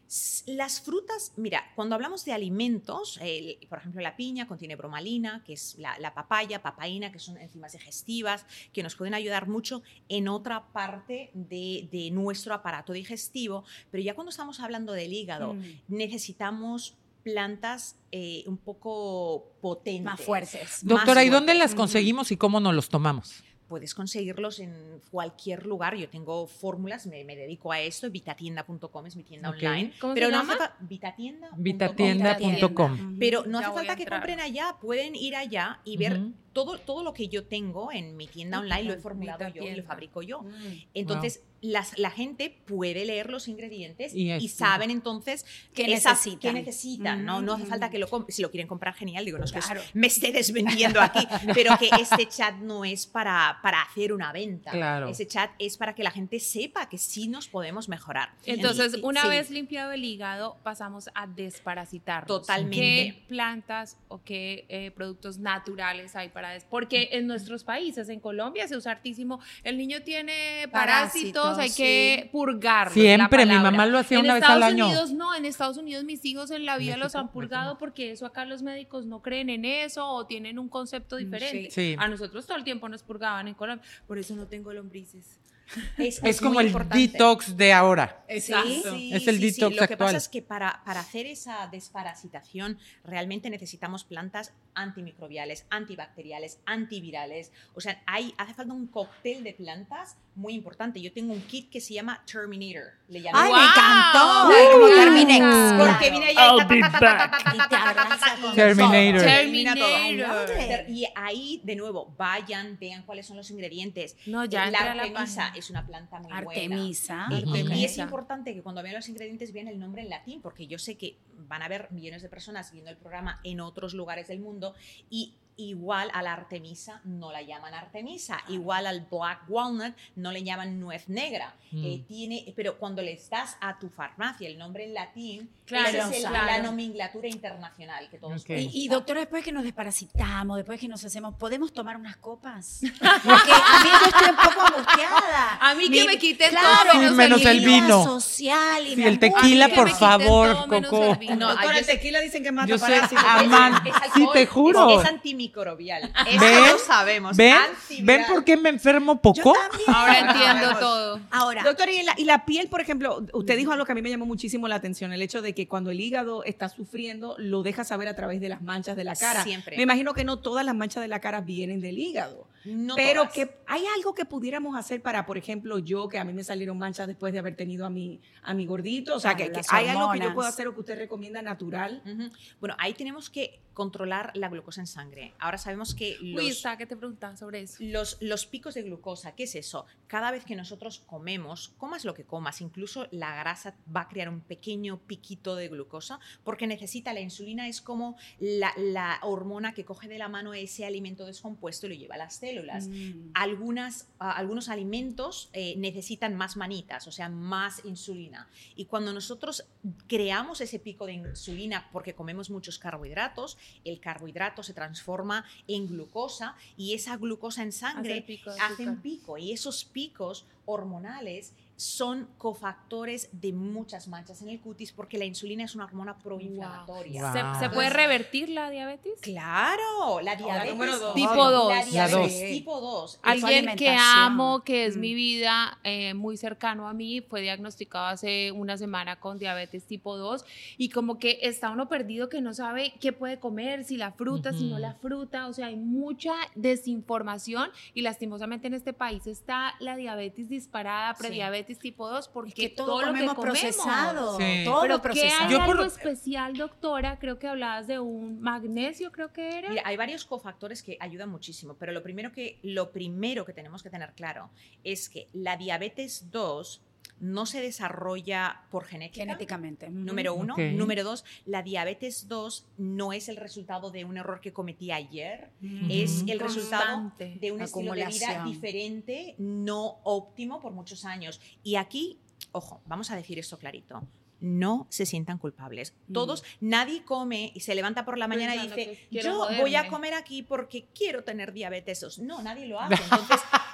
Las frutas, mira, cuando hablamos de alimentos, eh, por ejemplo, la piña contiene bromalina, que es la, la papaya, papaína, que son enzimas digestivas, que nos pueden ayudar mucho en otra parte de, de nuestro aparato digestivo. Pero ya cuando estamos hablando del hígado, mm. necesitamos plantas eh, un poco potentes. Más fuertes. Doctora, más ¿y dónde fuertes. las conseguimos y cómo nos los tomamos? Puedes conseguirlos en cualquier lugar. Yo tengo fórmulas, me, me dedico a esto. vitatienda punto com es mi tienda Okay. online. ¿Cómo pero se no llama? hace falta vitatienda. vitatienda punto com. Pero no Ya hace voy a falta que entrar. compren allá. Pueden ir allá y ver Uh-huh. todo, todo lo que yo tengo en mi tienda online. Lo he formulado yo y Vitatienda. lo fabrico yo. Mm. Entonces, las, la gente puede leer los ingredientes Y y, es- saben entonces ¿Qué esa- necesitan? qué necesitan, ¿no? No hace Mm. falta que lo compren. Si lo quieren comprar, genial. Digo, no es que Claro. me esté desvendiendo aquí, pero que este chat no es para, para hacer una venta. Claro. Ese chat es para que la gente sepa que sí nos podemos mejorar. Entonces, Y- una sí. vez limpiado el hígado, pasamos a desparasitarnos. Totalmente. ¿Qué plantas o qué eh, productos naturales hay para eso? Porque en nuestros países, en Colombia, se usa hartísimo. El niño tiene parásitos, Parásitos, hay que sí. purgarlos. Siempre, la mi palabra. mamá lo hacía En una vez Estados al año. Unidos no, en Estados Unidos mis hijos en la vida los México, han purgado México. porque eso acá los médicos no creen en eso o tienen un concepto diferente. Sí. A nosotros todo el tiempo nos purgaban en Colombia. Por eso no tengo lombrices. Es, Es como muy el importante. detox de ahora. Exacto. Sí, Es el sí, detox sí. Lo que actual. pasa es que para, para hacer esa desparasitación realmente necesitamos plantas antimicrobiales, antibacteriales, antivirales. O sea, hay, hace falta un cóctel de plantas muy importante. Yo tengo un kit que se llama Terminator. Le llamo. ¡Ay, ¡Wow! me encantó! ¡Uh! Como Terminex. Porque viene ya I'll y ta, be ta, ta, ta, ta, back. ta, ta, Y te ta, ta, ta, abraza ta, con y Terminator. todo. Elimina todo. Terminator. Y ahí, de nuevo, vayan, vean cuáles son los ingredientes. No, ya la entré a la artemisa página. es una planta muy buena. Artemisa. Y, y- Artemisa. y es importante que cuando vean los ingredientes vean el nombre en latín, porque yo sé que van a haber millones de personas viendo el programa en otros lugares del mundo y igual a la artemisa no la llaman artemisa, igual al black walnut no le llaman nuez negra. Mm. Eh, tiene, pero cuando le das a tu farmacia el nombre en latín, Claro, esa es el- claro. la nomenclatura internacional que todos Ok. podemos Y, y usar. doctora, después que nos desparasitamos, después que nos hacemos, ¿podemos tomar unas copas? Porque a mí yo estoy un poco angustiada. A mí que Mi- me quiten claro, todo menos, menos el el vino. vino. social y Sí, me el angustia. tequila, A mí que por me quiten favor, todo menos Coco. el vino. No, Doctora, yo el sé- tequila dicen que mata Yo sé, parásitos. amán. Es Sí, alcohol, te juro. Es, es antimicrobial. Eso ¿Ven? lo sabemos. ¿Ven? Antiviral. ¿Ven por qué me enfermo Yo poco? también. Ahora entiendo todo. Ahora, Doctora, y la, y la piel, por ejemplo, usted dijo algo que a mí me llamó muchísimo la atención, el hecho de que cuando el hígado está sufriendo, lo deja saber a través de las manchas de la cara. Siempre. Me imagino que no todas las manchas de la cara vienen del hígado. No pero todas. que hay algo que pudiéramos hacer para, por ejemplo, yo, que a mí me salieron manchas después de haber tenido a mi, a mi gordito. O sea, Claro, que, que las hay algo que yo hormonas. puedo hacer o que usted recomienda natural. Ujú. Bueno, ahí tenemos que controlar la glucosa en sangre. Ahora sabemos que los, Uy, está que te preguntan sobre eso. los, los picos de glucosa, ¿qué es eso? Cada vez que nosotros comemos, comas lo que comas, incluso la grasa va a crear un pequeño piquito de glucosa porque necesita la insulina, es como la, la hormona que coge de la mano ese alimento descompuesto y lo lleva a las células. Mm. Algunas, a- algunos alimentos eh, necesitan más manitas, o sea, más insulina. Y cuando nosotros creamos ese pico de insulina porque comemos muchos carbohidratos, el carbohidrato se transforma en glucosa y esa glucosa en Hace sangre el pico de hace un azúcar. pico y esos picos hormonales son cofactores de muchas manchas en el cutis porque la insulina es una hormona proinflamatoria. Wow. ¿Se, Wow. se puede revertir la diabetes? Claro, la diabetes número dos. Tipo La dos. La diabetes dos. tipo dos. Alguien que alimentación. amo, que es Mm. mi vida, eh, muy cercano a mí, fue diagnosticado hace una semana con diabetes tipo dos y como que está uno perdido que no sabe qué puede comer, si la fruta, si no Ujú. la fruta, o sea, hay mucha desinformación y lastimosamente en este país está la diabetes disparada, Sí. prediabetes tipo dos, porque Es que todo, lo comemos que comemos. procesado. Sí. Todo Pero ¿qué procesado. hay Yo por- algo especial, doctora? Creo que hablabas de un magnesio, creo que era. Mira, hay varios cofactores que ayudan muchísimo, pero lo primero que, lo primero que tenemos que tener claro es que la diabetes dos no se desarrolla por genética. Genéticamente. Número uno. Ok. Número dos, la diabetes dos no es el resultado de un error que cometí ayer, Mm. es Ujú. el resultado Constante. de un estilo de vida Acumulación. diferente, no óptimo por muchos años. Y aquí, ojo, vamos a decir esto clarito. No se sientan culpables. Todos, nadie come y se levanta por la mañana y Pensando dice, que quiero yo voy a joderme". comer aquí porque quiero tener diabetes dos. No, nadie lo hace. Entonces,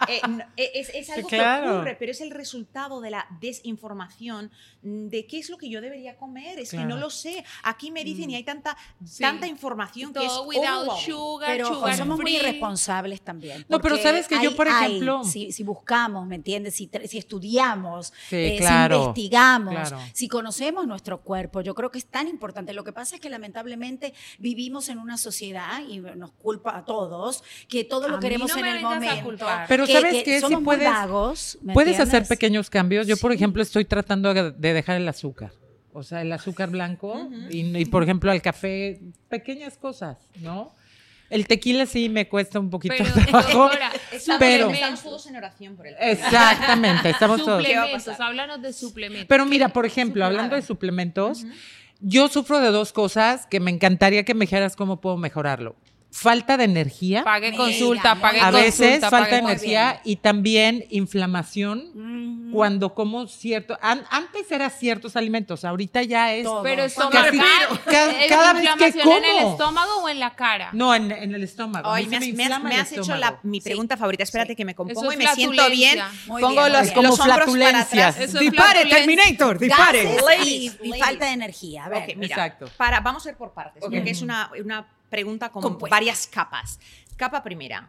Eh, no, es, es algo claro. que ocurre, pero es el resultado de la desinformación de qué es lo que yo debería comer. Es claro. que no lo sé. Aquí me dicen mm. y hay tanta, sí. tanta información todo que es without oh, sugar, pero sugar somos free. muy irresponsables también. No, pero sabes que hay, yo, por ejemplo... Hay, si, si buscamos, ¿me entiendes? Si, si estudiamos, sí, eh, claro, si investigamos, claro. si conocemos nuestro cuerpo, yo creo que es tan importante. Lo que pasa es que lamentablemente vivimos en una sociedad, y nos culpa a todos, que todo lo a queremos no en el momento. Pero que, ¿sabes que qué? somos Si puedes, muy vagos, puedes entiendes? hacer pequeños cambios. Yo, sí. por ejemplo, estoy tratando de dejar el azúcar. O sea, el azúcar blanco uh-huh. y, y, por ejemplo, al café, pequeñas cosas, ¿no? El tequila sí me cuesta un poquito pero, de trabajo, estamos, pero... Estamos todos en oración por el Exactamente, estamos todos. Suplementos, háblanos de suplementos. Pero mira, por ejemplo, hablando de suplementos, uh-huh. yo sufro de dos cosas que me encantaría que me dijeras cómo puedo mejorarlo. Falta de energía. Pague Mira, consulta, pague a consulta. A veces pague falta de muy energía bien. Y también inflamación mm. cuando como cierto... An, antes era ciertos alimentos, ahorita ya es... Todo. Pero casi, estomacal, cada, cada vez que como. ¿En el estómago o en la cara? No, en, en el estómago. Ay, me, me, me, has, me has el hecho la, mi pregunta sí. favorita. Espérate sí. que me compongo y me siento bien. Muy Pongo bien, los, bien. como los hombros flatulencias. para atrás. Dispare, Terminator, dispare. Gases ladies, y, ladies. y falta de energía. A ver. Okay, mira, exacto. Para, vamos a ir por partes, Okay. porque es una, una pregunta con Compuesta. varias capas. Capa primera.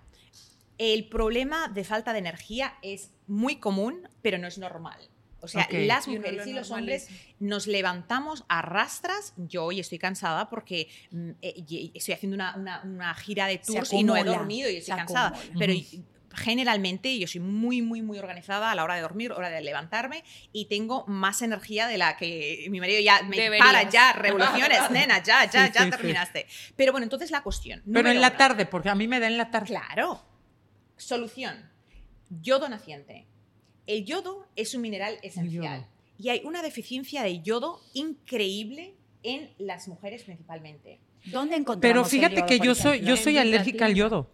El problema de falta de energía es muy común, pero no es normal. O sea, okay. las mujeres y los hombres nos levantamos a rastras. Yo hoy estoy cansada porque mm, eh, estoy haciendo una, una, una gira de tours y no he dormido y estoy se cansada. acumula. Pero uh-huh. generalmente yo soy muy, muy, muy organizada a la hora de dormir, hora de levantarme y tengo más energía de la que mi marido ya me Deberías. para ya, revoluciones, nena, ya, ya, sí, ya sí, terminaste. Sí. Pero bueno, entonces la cuestión. Pero en la una. tarde, porque a mí me da en la tarde. Claro. Solución. Yodo naciente. El yodo es un mineral esencial y hay una deficiencia de yodo increíble en las mujeres principalmente. ¿Dónde encontramos Pero fíjate el yodo, que por yo ejemplo? soy, yo soy alérgica al yodo.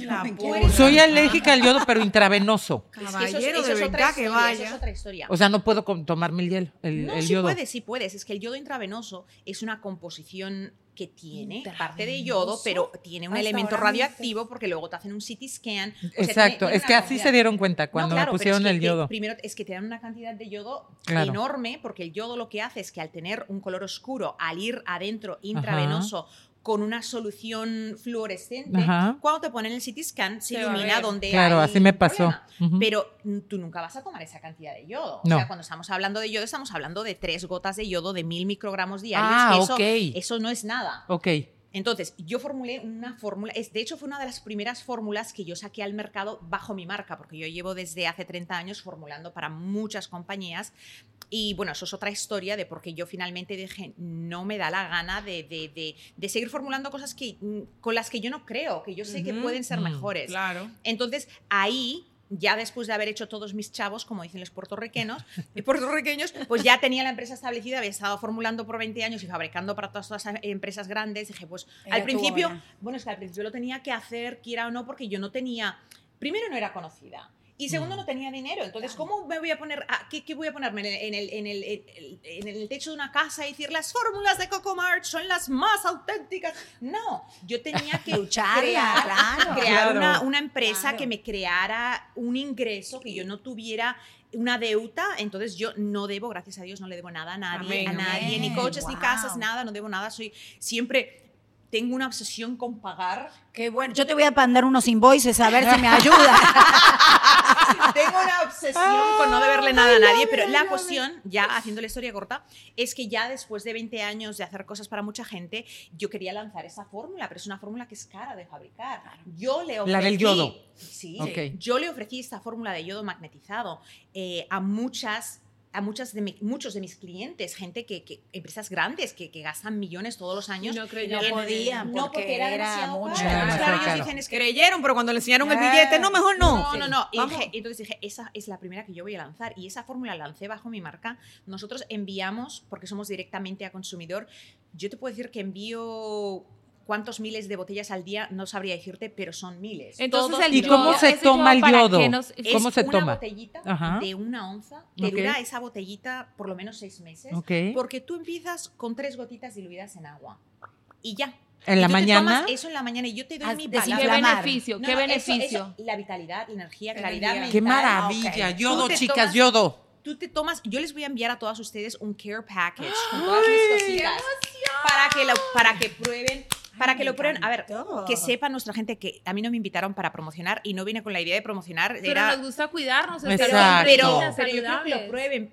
Ay, Soy alérgica al yodo, pero intravenoso. Es que eso, es, eso, es otra historia, vaya. eso es otra historia. O sea, no puedo tomarme el hielo, el, no, el sí yodo. puedes, sí puedes. Es que el yodo intravenoso es una composición que tiene parte de yodo, pero tiene un Hasta elemento ahora radioactivo mismo. Porque luego te hacen un C T scan. O sea, Exacto, tiene, tiene es que así cantidad. se dieron cuenta cuando no, claro, me pusieron pero es que el te, yodo. Primero es que te dan una cantidad de yodo claro. enorme, porque el yodo lo que hace es que al tener un color oscuro, al ir adentro intravenoso, Ajá. con una solución fluorescente, Ajá. cuando te ponen el C T scan se, se ilumina donde claro, hay así me pasó. Uh-huh. Pero tú nunca vas a tomar esa cantidad de yodo. No. O sea, cuando estamos hablando de yodo, estamos hablando de tres gotas de yodo de mil microgramos diarios. Ah, que eso, okay. eso no es nada. Ok. Entonces, yo formulé una fórmula, es, de hecho fue una de las primeras fórmulas que yo saqué al mercado bajo mi marca, porque yo llevo desde hace treinta años formulando para muchas compañías y bueno, eso es otra historia de por qué yo finalmente dije, no me da la gana de, de, de, de seguir formulando cosas que, con las que yo no creo, que yo sé uh-huh. que pueden ser uh-huh. mejores. Claro. Entonces, ahí... ya después de haber hecho todos mis chavos, como dicen los puertorriqueños, puertorriqueños, pues ya tenía la empresa establecida, había estado formulando por veinte años y fabricando para todas las empresas grandes. Dije, pues Era al principio, bueno, es que al principio lo tenía que hacer, quiera o no, porque yo no tenía, primero no era conocida. Y segundo, no tenía dinero. Entonces, ¿cómo me voy a poner? A, ¿qué, ¿Qué voy a ponerme en el, en, el, en, el, en el techo de una casa y decir las fórmulas de Coco March son las más auténticas? No, yo tenía que Lucharla, crear, claro, crear claro. Una, una empresa claro. que me creara un ingreso, que yo no tuviera una deuda. Entonces, yo no debo, gracias a Dios, no le debo nada a nadie, Amén, a nadie, amén. ni coches, Wow. ni casas, nada, no debo nada. Soy siempre... Tengo una obsesión con pagar. Qué bueno. Yo te voy a mandar unos invoices a ver si me ayuda. Tengo una obsesión con no deberle nada a nadie, pero la cuestión, ya haciendo la historia corta, es que ya después de veinte años de hacer cosas para mucha gente, yo quería lanzar esa fórmula, pero es una fórmula que es cara de fabricar. Yo le ofrecí, la del yodo. Sí, okay. yo le ofrecí esta fórmula de yodo magnetizado eh, a muchas a muchas de mi, muchos de mis clientes, gente que, que empresas grandes que, que gastan millones todos los años. No, creo, no podían, no, porque era, era demasiado mucho. caro. Era Claro, demasiado ellos caro. dicen es que Creyeron, pero cuando le enseñaron el billete, no, mejor no. No, Sí. no, no. Y Vamos. dije, entonces dije, esa es la primera que yo voy a lanzar. Y esa fórmula la lancé bajo mi marca. Nosotros enviamos, porque somos directamente a consumidor, yo te puedo decir que envío... ¿Cuántos miles de botellas al día? No sabría decirte, pero son miles. Entonces, Todos el ¿Y yodo, cómo se ese toma el ¿para yodo? qué nos- ¿Cómo es se una toma? botellita Ajá. de una onza que Ok. dura esa botellita por lo menos seis meses. Ok. Porque tú empiezas con tres gotitas diluidas en agua. Y ya. ¿En y la tú mañana? Te tomas eso en la mañana y yo te doy Ah, mi desinflamar. ¿Qué palabra. beneficio? No, ¿Qué no, eso- beneficio? eso, la vitalidad, energía, Energía. claridad mental. ¡Qué maravilla! ok. Yodo, Tú te chicas, tomas- yodo. Tú te tomas, yo les voy a enviar a todas ustedes un care package con todas mis cositas para que lo, para que prueben, para Ay, que me lo prueben. A ver, encantó. que sepa nuestra gente que a mí no me invitaron para promocionar y no vine con la idea de promocionar. Pero era, nos gusta cuidarnos. pero, Exacto. pero, Pero, pero yo creo que lo prueben.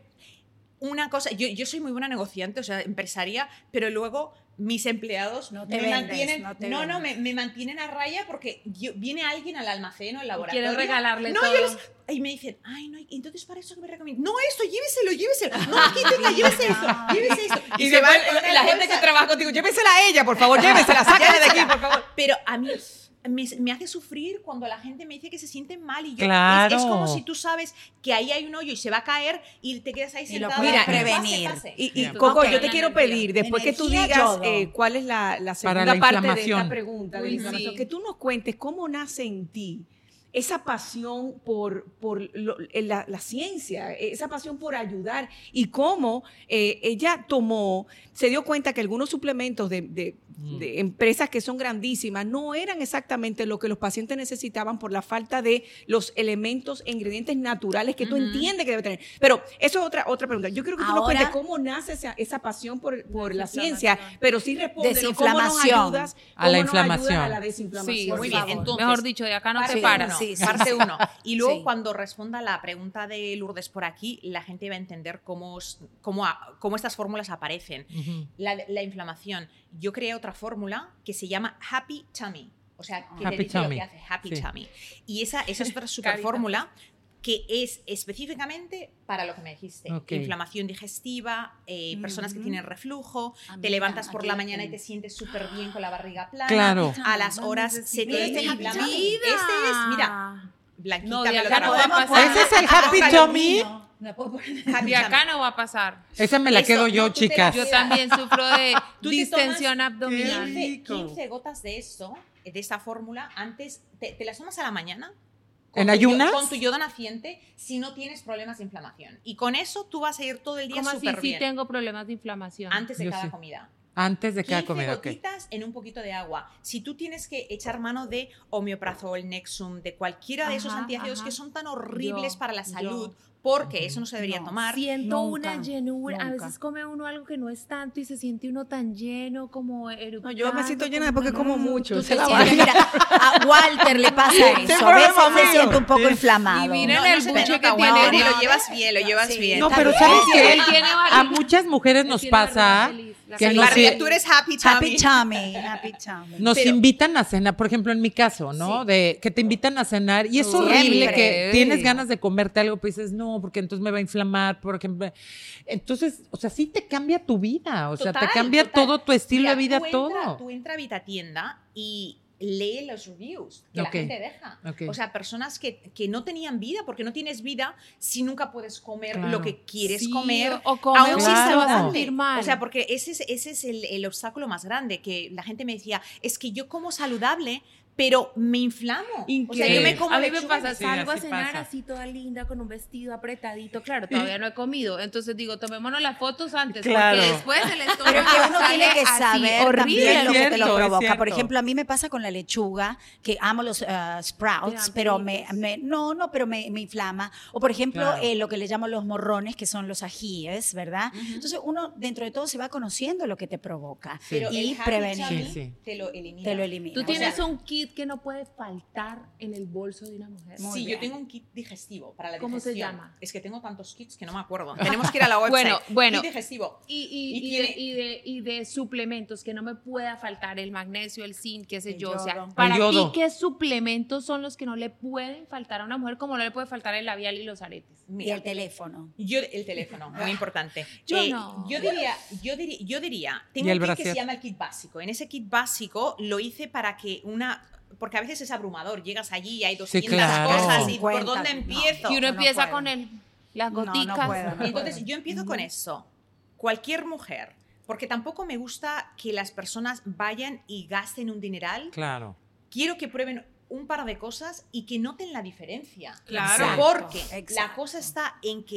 Una cosa, yo, yo soy muy buena negociante, o sea, empresaria, pero luego mis empleados No te me vendes, mantienen, no te no, no, vendes. me, me mantienen a raya porque yo- viene alguien al almacén o al laboratorio. quieren regalarle no, todo. Yo les, y me dicen, ay, no, entonces para eso que me recomiendan. No, esto, lléveselo, lléveselo. No, aquí tenga, llévese esto, llévese esto. Y, se después, van con una la gente bolsa. que trabaja contigo, llévesela a ella, por favor, llévesela, sácala de aquí, por favor. Pero a mí me, me hace sufrir cuando la gente me dice que se sienten mal y yo Claro. es, es como si tú sabes que ahí hay un hoyo y se va a caer y te quedas ahí Y lo sentado. puedes Pase, prevenir. pase. Y, y Bien. Coco, Ok. yo te quiero Energía. pedir, después que tú Energía, digas yodo. eh, cuál es la, la segunda Para la parte de inflamación. esta pregunta, de la Uy, inflamación, sí. que tú nos cuentes cómo nace en ti esa pasión por, por lo- eh, la, la ciencia, esa pasión por ayudar y cómo eh, ella tomó, se dio cuenta que algunos suplementos de, de- de empresas que son grandísimas no eran exactamente lo que los pacientes necesitaban por la falta de los elementos e ingredientes naturales que tú Ujú. entiendes que debe tener. Pero eso es otra, otra pregunta. Yo quiero que tú nos Ahora- cuentes cómo nace esa, esa pasión por, por la Desinflamación. ciencia, pero sí responde ¿no? cómo nos Desinflamación. ayudas A la cómo nos ayudas inflamación. a la desinflamación. Sí, por muy bien. favor. Entonces, Mejor dicho, de acá no parte te uno, paras. Sí, sí, parte sí. uno. Y luego Sí. cuando responda la pregunta de Lourdes por aquí, la gente va a entender cómo, es- cómo, a- cómo estas fórmulas aparecen. Ujú. La, la inflamación. Yo creé otra fórmula que se llama Happy Tummy. O sea, que Happy te dice Tummy. lo que hace Happy Sí. Tummy. Y esa, esa es otra super Carita. fórmula que es específicamente para lo que me dijiste. Ok. Inflamación digestiva, eh, personas que Ujú. tienen reflujo, Ah, te mira, levantas por aquí la lo mañana y tengo. te sientes súper bien con la barriga plana. Claro. A las Vamos, horas necesito se te este inflama. Happy Tummy. Este es, mira, Blanquita, No, de me lo acá da- no va a podemos pasar. ¿Ese es el Happy Póngalo, Tummy? niño. ¿Me puedo poner? Happy De acá Tummy. no va a pasar. Esa me la Eso, quedo yo, no, tú te la chicas. Yo también sufro de Tú te distensión tomas abdominal. Qué quince, rico. quince gotas de esto, de esta fórmula, antes, te, te las tomas a la mañana. ¿En tu ayunas? yo- Con tu yodo naciente, si no tienes problemas de inflamación. Y con eso tú vas a ir todo el día ¿Cómo así? súper Sí bien. tengo problemas de inflamación. Antes de Yo cada sí. comida. Antes de cada quince comida, ok. gotitas en un poquito de agua. Si tú tienes que echar mano de omeprazol, Nexum, de cualquiera de esos Ajá, antiácidos ajá. que son tan horribles Yo, para la yo. salud, porque eso no se debería No. tomar. Siento Nunca, una llenura. A nunca. veces come uno algo que no es tanto y se siente uno tan lleno, como eructando. No, yo me siento llena como porque como una- mucho. Tú esa te es la sientes- vaina. Mira, a Walter le pasa eso. A veces problema se mío. siente un poco Sí. inflamado. Y miren No, el no se te buche nota, que tiene. Walter, No, lo llevas bien, lo llevas Sí. bien. No, Está pero bien. ¿sabes Él qué? tiene A barriga. muchas mujeres Él nos tiene barriga pasa feliz. La que feliz. nos, Barbie, tú eres happy Happy tummy. tummy, happy tummy. nos Pero- invitan a cenar, por ejemplo, en mi caso, ¿no? Sí. De que te invitan a cenar y es Siempre. horrible que Sí. tienes ganas de comerte algo, pues dices, no, porque entonces me va a inflamar, por ejemplo. Entonces, o sea, sí te cambia tu vida, o sea, te Total, cambia total. todo tu estilo Mira, de vida, tú entra- todo. Tú entra a Vitatienda y lee los reviews que Ok. la gente deja. Ok. O sea, personas que, que no tenían vida, porque no tienes vida si nunca puedes comer Claro. lo que quieres Sí, comer. o come aún un sin Claro. saludable. sentir mal. O sea, porque ese es, ese es el, el obstáculo más grande, que la gente me decía, es que yo como saludable, pero me inflamo. O sea, yo Increíble. me como a mí me lechuga y pasa, Sí, salgo a así cenar pasa. así toda linda con un vestido apretadito. Claro, todavía no he comido. Entonces digo, tomémonos las fotos antes, Claro. porque después el estómago Pero que uno sale tiene que así, saber horrible. también lo que te cierto, lo es provoca. cierto. Por ejemplo, a mí me pasa con la lechuga, que amo los uh, sprouts, Te dan pero me, pelitos. me- no, no, pero me, me inflama. O por ejemplo, Claro. eh, lo que le llamo los morrones, que son los ajíes, ¿verdad? Entonces uno dentro de todo se va conociendo lo que te provoca Pero y el happy prevenir. tummy Sí, sí. te lo elimina. Te lo elimina. Tú O tienes sea, un kit que no puede faltar en el bolso de una mujer. Muy Sí, bien. yo tengo un kit digestivo para la ¿Cómo se digestión. llama? Es que tengo tantos kits que no me acuerdo. Tenemos que ir a la website. Bueno, bueno. Kit digestivo. Y, y, Y y, tiene- de, y, de, y de suplementos que no me pueda faltar, el magnesio, el zinc, qué sé El yo. O sea, yodo. para El yodo. ti, ¿qué suplementos son los que no le pueden faltar a una mujer como no le puede faltar el labial y los aretes? y Mira, el teléfono. Yo, el teléfono, muy importante. Yo Eh, no. Yo diría, yo diría, yo diría, tengo ¿Y el un kit que brasier? se llama el kit básico. En ese kit básico lo hice para que una, porque a veces es abrumador, llegas allí y hay doscientas claro. cosas y cincuenta, por dónde no. empiezo. Y uno no empieza puedo. con el, las No, no goticas. puedo, no Entonces puedo. yo empiezo con eso. Cualquier mujer, porque tampoco me gusta que las personas vayan y gasten un dineral. Claro. Quiero que prueben un par de cosas y que noten la diferencia. Claro. Porque Exacto. la cosa está en que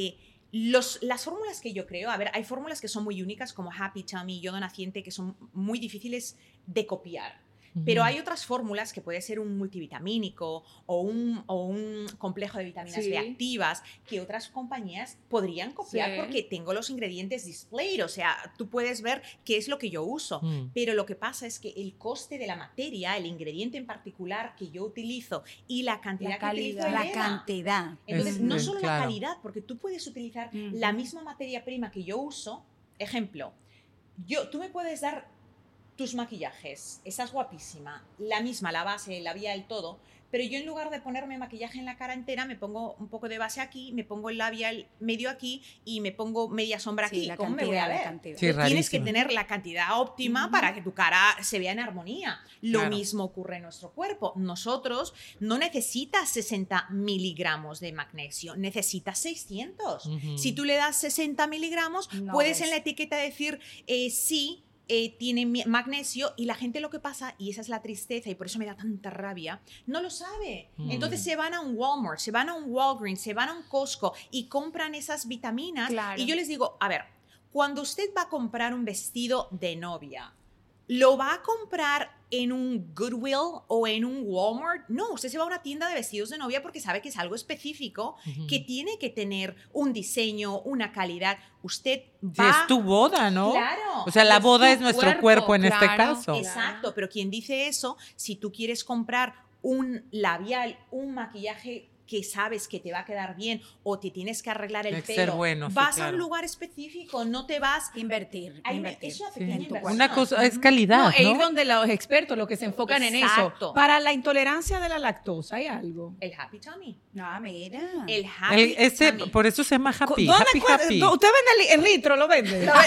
Los, las fórmulas que yo creo, a ver, hay fórmulas que son muy únicas como Happy Tummy, yodo naciente, que son muy difíciles de copiar. Pero hay otras fórmulas que puede ser un multivitamínico o un, o un complejo de vitaminas Sí. B activas que otras compañías podrían copiar Sí. porque tengo los ingredientes displayed, o sea, tú puedes ver qué es lo que yo uso. Mm. Pero lo que pasa es que el coste de la materia, el ingrediente en particular que yo utilizo y la cantidad La que utilizo calidad. La eleva. cantidad. Entonces, Es- no es solo claro. la calidad, porque tú puedes utilizar Ujú. la misma materia prima que yo uso. Ejemplo, yo, tú me puedes dar tus maquillajes, estás guapísima, la misma, la base, el labial, todo, pero yo en lugar de ponerme maquillaje en la cara entera, me pongo un poco de base aquí, me pongo el labial medio aquí y me pongo media sombra Sí, aquí. la ¿Cómo me cantidad, voy a la ver? cantidad. Sí, Entonces, tienes que rarísimo. tener la cantidad óptima Ujú. para que tu cara se vea en armonía. Lo Claro. mismo ocurre en nuestro cuerpo. Nosotros no necesitas sesenta miligramos de magnesio, necesitas seiscientos. Ujú. Si tú le das sesenta miligramos, No puedes ves. en la etiqueta decir eh, sí. eh, tiene mi- magnesio y la gente lo que pasa, y esa es la tristeza y por eso me da tanta rabia, no lo sabe. Mm. Entonces se van a un Walmart, se van a un Walgreens, se van a un Costco y compran esas vitaminas. Claro. Y yo les digo, a ver, cuando usted va a comprar un vestido de novia, ¿lo va a comprar en un Goodwill o en un Walmart? No, usted se va a una tienda de vestidos de novia porque sabe que es algo específico, Ujú. que tiene que tener un diseño, una calidad. Usted Sí, va... es tu boda, ¿no? Claro. O sea, la Es boda tu es nuestro cuerpo, en este claro. caso. Exacto, pero quien dice eso, si tú quieres comprar un labial, un maquillaje que sabes que te va a quedar bien o te tienes que arreglar el Tiene que pelo, ser bueno, sí, vas a claro. un lugar específico, no te vas... Invertir, Hay- invertir. es una Sí. pequeña En tu inversión. Una cosa es calidad, No, ¿no? e ir donde los expertos, los que se enfocan en Exacto. eso. Para la intolerancia de la lactosa, ¿hay algo? El Happy Tummy. Ah, mira. El Happy El- este, Tummy. por eso se llama happy, ¿Dónde happy, encuentra- happy. ¿Usted vende en litro? ¿Lo vende? Lo- lo-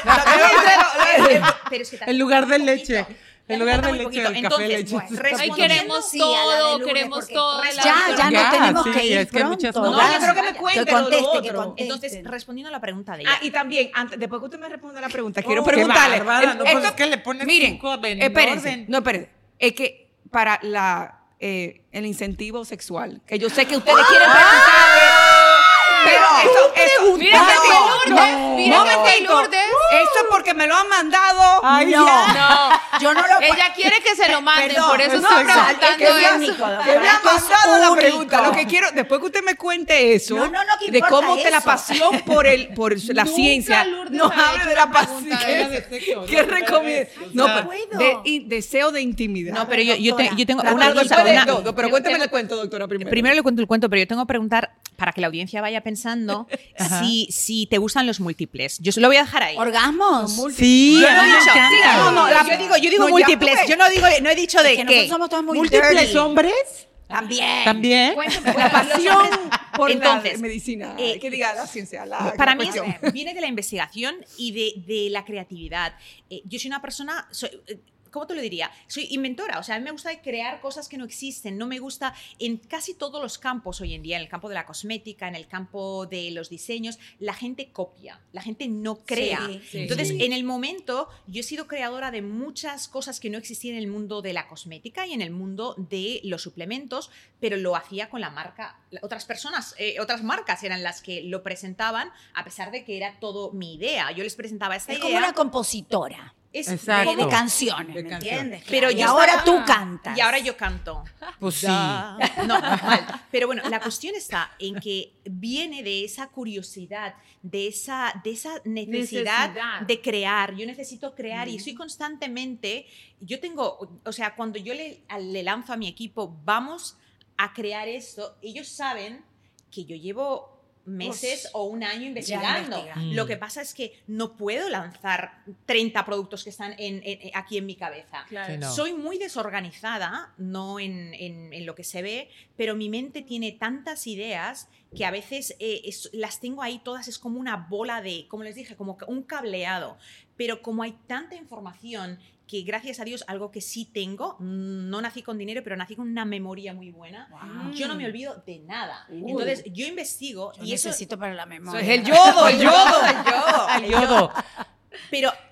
lo- lo- lo- pero es que En lugar de muy leche. poquito. En Ya lugar falta de muy leche, poquito. el café Entonces, leche. bueno, Ay, respondiendo- queremos sí, a la de todo, lunes, queremos porque todo. de la Ya, ya vida. no Ya, tenemos sí, que ir es que hay pronto. muchas No, cosas. No, ya. yo creo que me Que cuente lo conteste, que otro. conteste. Entonces, respondiendo a la pregunta de ella. Ah, y también, antes, después que usted me responda la pregunta, quiero Oh, qué preguntarle. bárbara, el- no, pues esto- es que le pones miren, cinco en espérense, orden. no, espérense. Es que para la, eh, el incentivo sexual, que yo sé que ustedes quieren preguntarle, pero eso, eso, Mira no, que no, sí, Lourdes, no, mira no, que sí, momentito. Lourdes. Esto es porque me lo han mandado. Ay, No, ya. yo no lo Ella quiere que se lo manden, Perdón, por eso no, está exacto, preguntando es que es eso. único, Que me doctora, ha que es mandado la único. pregunta. Lo que quiero, después que usted me cuente eso, No, no, no, que de importa cómo te la eso. pasión por el, por la Nunca ciencia, Lourdes nos había hable hecho de la una pregunta pasión. de Era de sexo, ¿Qué ¿no? recomienda? O No, sea, pero puedo. de, in- deseo de intimidad. No, pero yo, yo, te- yo tengo Una una cosa, cosa. una- una- no, no, pero cuéntame tengo- el cuento, doctora, primero. Primero le cuento el cuento, pero yo tengo que preguntar, para que la audiencia vaya pensando, si, si te gustan los múltiples. Yo se lo voy a dejar ahí. ¿Orgasmos? Sí, Yo a no mí he me dicho, encanta. no, no, La- yo digo, yo digo no, ya múltiples, tuve. yo no digo, no he dicho de Es que nosotros qué. somos todos muy ¿Múltiples dirty. hombres? También. También. Cuéntame, La pasión por Entonces, la medicina, eh, que diga la ciencia. La, Para la mí es- cuestión. viene de la investigación y de, de la creatividad. Eh, yo soy una persona, soy, eh, ¿cómo te lo diría? Soy inventora, o sea, a mí me gusta crear cosas que no existen, no me gusta en casi todos los campos hoy en día, en el campo de la cosmética, en el campo de los diseños, la gente copia, la gente no crea. Sí, sí, Entonces, sí. en el momento, yo he sido creadora de muchas cosas que no existían en el mundo de la cosmética y en el mundo de los suplementos, pero lo hacía con la marca, otras personas, eh, otras marcas eran las que lo presentaban, a pesar de que era todo mi idea. Yo les presentaba esta Es idea. como una compositora es Exacto. de, de canciones, De ¿me canciones. entiendes? Pero y yo ahora estaba- tú cantas. Y ahora yo canto. Pues sí. Da. No, mal. Pero bueno, la cuestión está en que viene de esa curiosidad, de esa, de esa necesidad, Necesidad. de crear. Yo necesito crear y Mm. soy constantemente, yo tengo, o sea, cuando yo le, le lanzo a mi equipo, vamos a crear esto, ellos saben que yo llevo meses Pues, o un año investigando. investigando. Lo que pasa es que no puedo lanzar treinta productos que están en- en- aquí en mi cabeza. Claro. Sí, no. Soy muy desorganizada, no en, en- en lo que se ve, pero mi mente tiene tantas ideas que a veces eh, es- las tengo ahí todas, es como una bola de, como les dije, como un cableado. Pero como hay tanta información que gracias a Dios, algo que sí tengo, no nací con dinero, pero nací con una memoria muy buena, Wow. yo no me olvido de nada. Uy. Entonces yo investigo Yo y eso... necesito para la Eso memoria. es el yodo, el yodo. el yodo. El yodo. Pero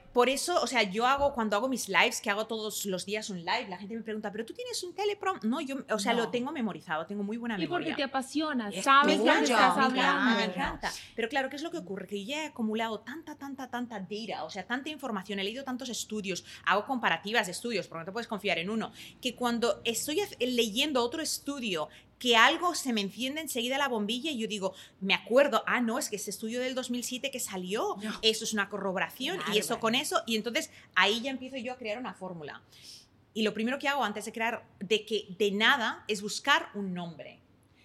por eso, o sea, yo hago, cuando hago mis lives, que hago todos los días un live, la gente me pregunta, ¿pero tú tienes un teleprompter? No, yo, o sea, No. lo tengo memorizado, tengo muy buena Y memoria. porque te apasiona, Es sabes tuyo, de qué estás me hablando. Me encanta. Pero claro, ¿qué es lo que ocurre? Que yo ya he acumulado tanta, tanta, tanta data, o sea, tanta información, he leído tantos estudios, hago comparativas de estudios, porque no te puedes confiar en uno, que cuando estoy leyendo otro estudio, que algo se me enciende enseguida la bombilla y yo digo, me acuerdo, ah, no, es que ese estudio del dos mil siete que salió, No. eso es una corroboración Claro, y eso bueno. con eso, y entonces ahí ya empiezo yo a crear una fórmula. Y lo primero que hago antes de crear, de que de nada, es buscar un nombre.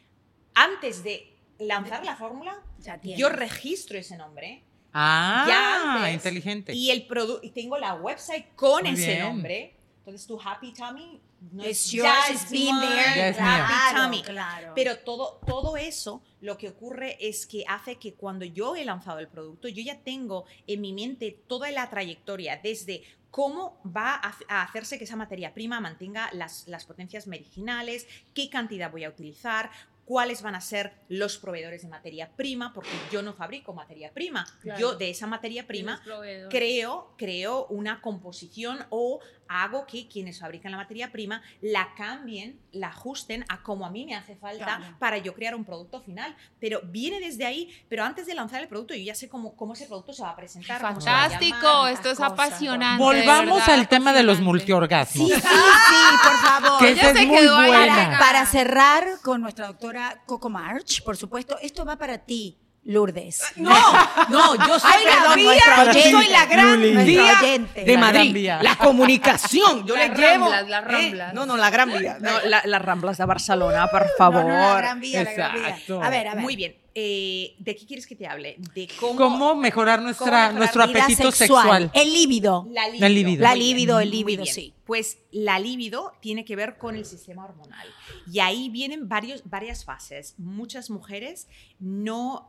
Antes de lanzar la fórmula, Ya tienes. yo registro ese nombre. Ah, Ya antes, inteligente. Y, el produ- y tengo la website con Muy ese bien. nombre. Entonces, tu Happy Tummy no It's es- yours, ya it's es been mine, there. Ya es mío. Happy Claro, Tummy. claro. Pero todo, todo eso, lo que ocurre es que hace que cuando yo he lanzado el producto, yo ya tengo en mi mente toda la trayectoria, desde cómo va a, a hacerse que esa materia prima mantenga las, las potencias medicinales, qué cantidad voy a utilizar, cuáles van a ser los proveedores de materia prima, porque yo no fabrico materia prima. Claro. Yo de esa materia prima Tienes proveedores. creo, creo una composición o hago que quienes fabrican la materia prima la cambien, la ajusten a como a mí me hace falta Claro. para yo crear un producto final. Pero viene desde ahí, pero antes de lanzar el producto yo ya sé cómo, cómo ese producto se va a presentar. cómo se va a Fantástico, llamar. esto es cosas. apasionante. Volvamos de verdad, al tema de los apasionante. multiorgasmos. Sí, sí, sí, por favor. Que Ella esa se es muy quedó ahí buena. pegada. Para cerrar con nuestra doctora Coco March, por supuesto, esto va para ti, Lourdes. No, no, yo soy Ay, la perdón, vía, nuestra yo oyente. soy la gran Nuestra vía oyente. de La Madrid. gran vía. La comunicación, yo Las le llevo. Ramblas, las ¿eh? Ramblas. No, no, la gran vía. No, la- las Ramblas de Barcelona, por No, favor. no, la gran vía, la gran vía. Exacto. A ver, a ver. Muy bien. Eh, ¿De qué quieres que te hable? De cómo, ¿Cómo mejorar nuestra, mejorar nuestro Vida apetito sexual? El líbido. La La libido. La Muy bien, libido, el muy líbido, bien. sí. Pues la libido tiene que ver con el sistema hormonal. Y ahí vienen varios, varias fases. Muchas mujeres no,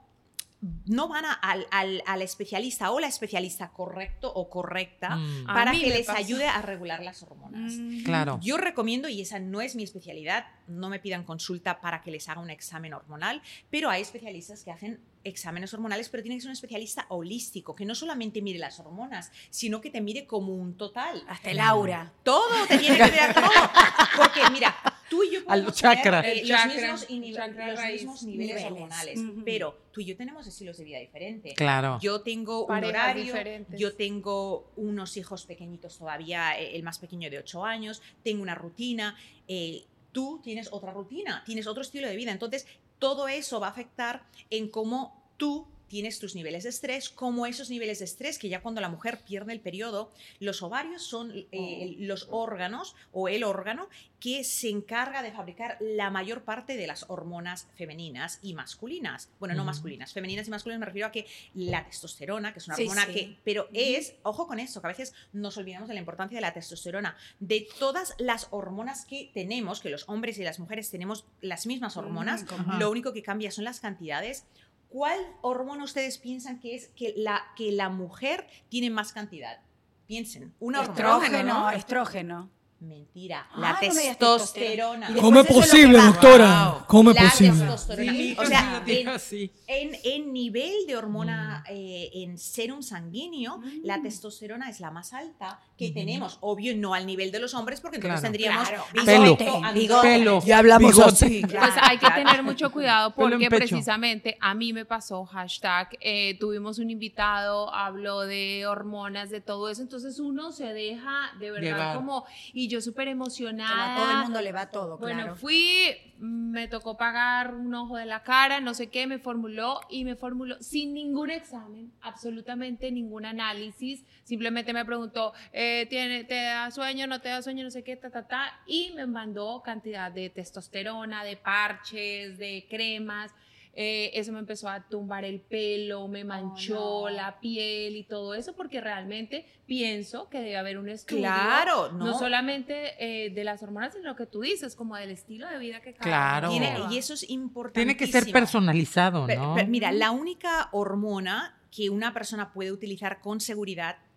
no van a- al, al, al especialista o la especialista correcto o correcta Mm. A para mí que me les pasó. ayude a regular las hormonas. Claro. Yo recomiendo, y esa no es mi especialidad, no me pidan consulta para que les haga un examen hormonal, pero hay especialistas que hacen exámenes hormonales, pero tiene que ser un especialista holístico, que no solamente mire las hormonas, sino que te mire como un total. Hasta el aura. Todo te tiene que mirar todo. Porque mira, tú y yo Al podemos tener, chakra. eh, El los, chakra, mismos, y el nive- chakra los raíz. mismos niveles, Niveles. hormonales, Ujú. pero tú y yo tenemos estilos de vida diferentes. Claro. Yo tengo un Parejas horario, diferentes. yo tengo unos hijos pequeñitos todavía, eh, el más pequeño de ocho años, tengo una rutina, eh, tú tienes otra rutina, tienes otro estilo de vida. Entonces, todo eso va a afectar en cómo tú tienes tus niveles de estrés, como esos niveles de estrés que ya cuando la mujer pierde el periodo, los ovarios son eh, los órganos o el órgano que se encarga de fabricar la mayor parte de las hormonas femeninas y masculinas. Bueno, no Ujú. masculinas, femeninas y masculinas me refiero a que la testosterona, que es una Sí, hormona sí. que, pero es, ojo con eso, que a veces nos olvidamos de la importancia de la testosterona, de todas las hormonas que tenemos, que los hombres y las mujeres tenemos las mismas hormonas, Mm, como- Ajá. lo único que cambia son las cantidades. ¿Cuál hormona ustedes piensan que es que la, que la mujer tiene más cantidad? Piensen, una hormona. Estrógeno, estrógeno. Mentira, Ah, la no me digas testosterona. testosterona. Y ¿Cómo es después eso es lo posible, que baja. doctora? Wow. ¿Cómo es La posible? testosterona. Sí, O sea, sí, en, sí. en, en nivel de hormona eh, en serum sanguíneo, Mm. la testosterona es la más alta que Ujú. tenemos. Obvio, no al nivel de los hombres, porque entonces Claro. tendríamos Claro, Pelo. bigote, a- bigote. Pelo. Ya hablamos Bigote. así. Claro, Pues hay que claro. tener mucho cuidado Pelo en porque pecho. precisamente a mí me pasó, hashtag, eh, tuvimos un invitado, habló de hormonas, de todo eso, entonces uno se deja de verdad Llevar. como, y yo súper Que a emocionada. todo el mundo le va todo, Bueno, claro. fui, me tocó pagar un ojo de la cara, no sé qué, me formuló y me formuló sin ningún examen, absolutamente ningún análisis, simplemente me preguntó, eh, ¿tiene, ¿te da sueño, no te da sueño, no sé qué, ta, ta, ta, y me mandó cantidad de testosterona, de parches, de cremas. Eh, eso me empezó a tumbar el pelo, me manchó no. la piel y todo eso, porque realmente pienso que debe haber un estudio. Claro, no, no. solamente eh, de las hormonas, sino lo que tú dices, como del estilo de vida que cada Claro. uno Tiene- lleva. y eso es importante. Tiene que ser personalizado, Pe- ¿no? pe- mira, la única hormona que una persona puede utilizar con seguridad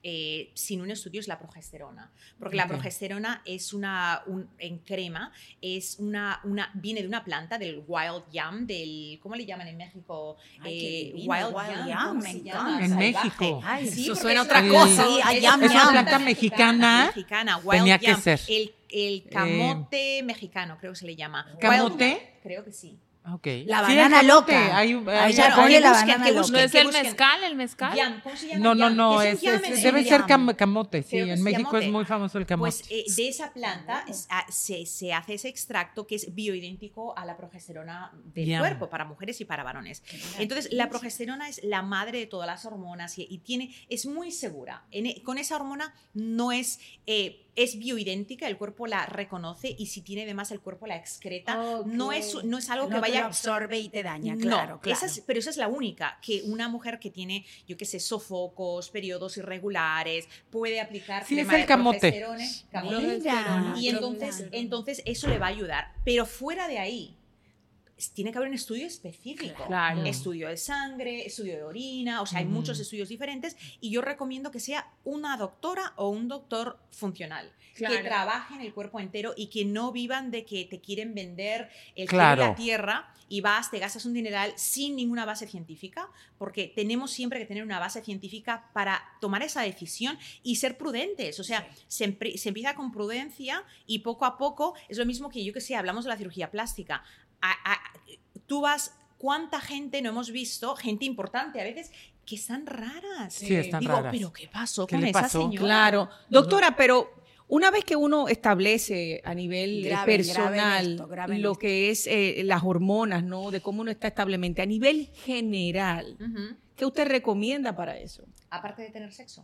eh, sin un estudio es la progesterona, porque okay. la progesterona es una, un, en crema, es una, una, viene de una planta, del wild yam, del, ¿cómo le llaman en México? Ay, eh, wild, wild yam, me llama? En Salvaje. México. Ay, Sí, eso porque suena es otra una- cosa. Sí, es- yam, es Es una yam. planta mexicana. mexicana, wild Tenía que yam. ser. El, el camote mexicano, creo que se le llama. ¿Camote? Wild yam, creo que sí. Okay. La Sí, banana el camote, loca. hay un- Ahí hay- ya Bueno, ponle que la busquen, banana que loca. busquen. ¿No es que el busquen. mezcal, el mezcal? Yam, ¿cómo se llama? No, no, Yam. no, ¿Qué es, es un yam es- en debe español? ser cam- camote, sí, Creo que en es México camote. es muy famoso el camote. Pues eh, de esa planta es- ah, se, se hace ese extracto que es bioidéntico a la progesterona del Yam. cuerpo, para mujeres y para varones. Entonces, la progesterona es la madre de todas las hormonas y, y tiene, es muy segura. En e- con esa hormona no es... eh, es bioidéntica, el cuerpo la reconoce y si tiene además el cuerpo la excreta. Ok. No, es, no es algo No que te vaya... lo absorbe y te daña, No, claro, claro. esa es- pero esa es la única, que una mujer que tiene, yo qué sé, sofocos, periodos irregulares, puede aplicar Sí, es crema el de camote. progesterone, camote. Mira. Y entonces, Claro. entonces eso le va a ayudar. Pero fuera de ahí, es- tiene que haber un estudio específico. Claro. Estudio de sangre, estudio de orina, o sea, hay Ujú. muchos estudios diferentes y yo recomiendo que sea una doctora o un doctor funcional. Que Claro. trabaje en el cuerpo entero y que no vivan de que te quieren vender el Claro. cielo y la tierra y vas, te gastas un dineral sin ninguna base científica, porque tenemos siempre que tener una base científica para tomar esa decisión y ser prudentes. O sea, se, empre- se empieza con prudencia y poco a poco es lo mismo que yo que sé, hablamos de la cirugía plástica. A- a- tú vas, ¿cuánta gente no hemos visto? Gente importante a veces que están raras. Sí, están Digo, raras. pero ¿qué pasó ¿Qué con le esa pasó? señora? Claro. Doctora, pero una vez que uno establece a nivel eh, Graben, personal graben esto, graben lo esto. que es eh, las hormonas, ¿no? De cómo uno está establemente, a nivel general, Ujú. ¿qué usted recomienda para eso? Aparte de tener sexo.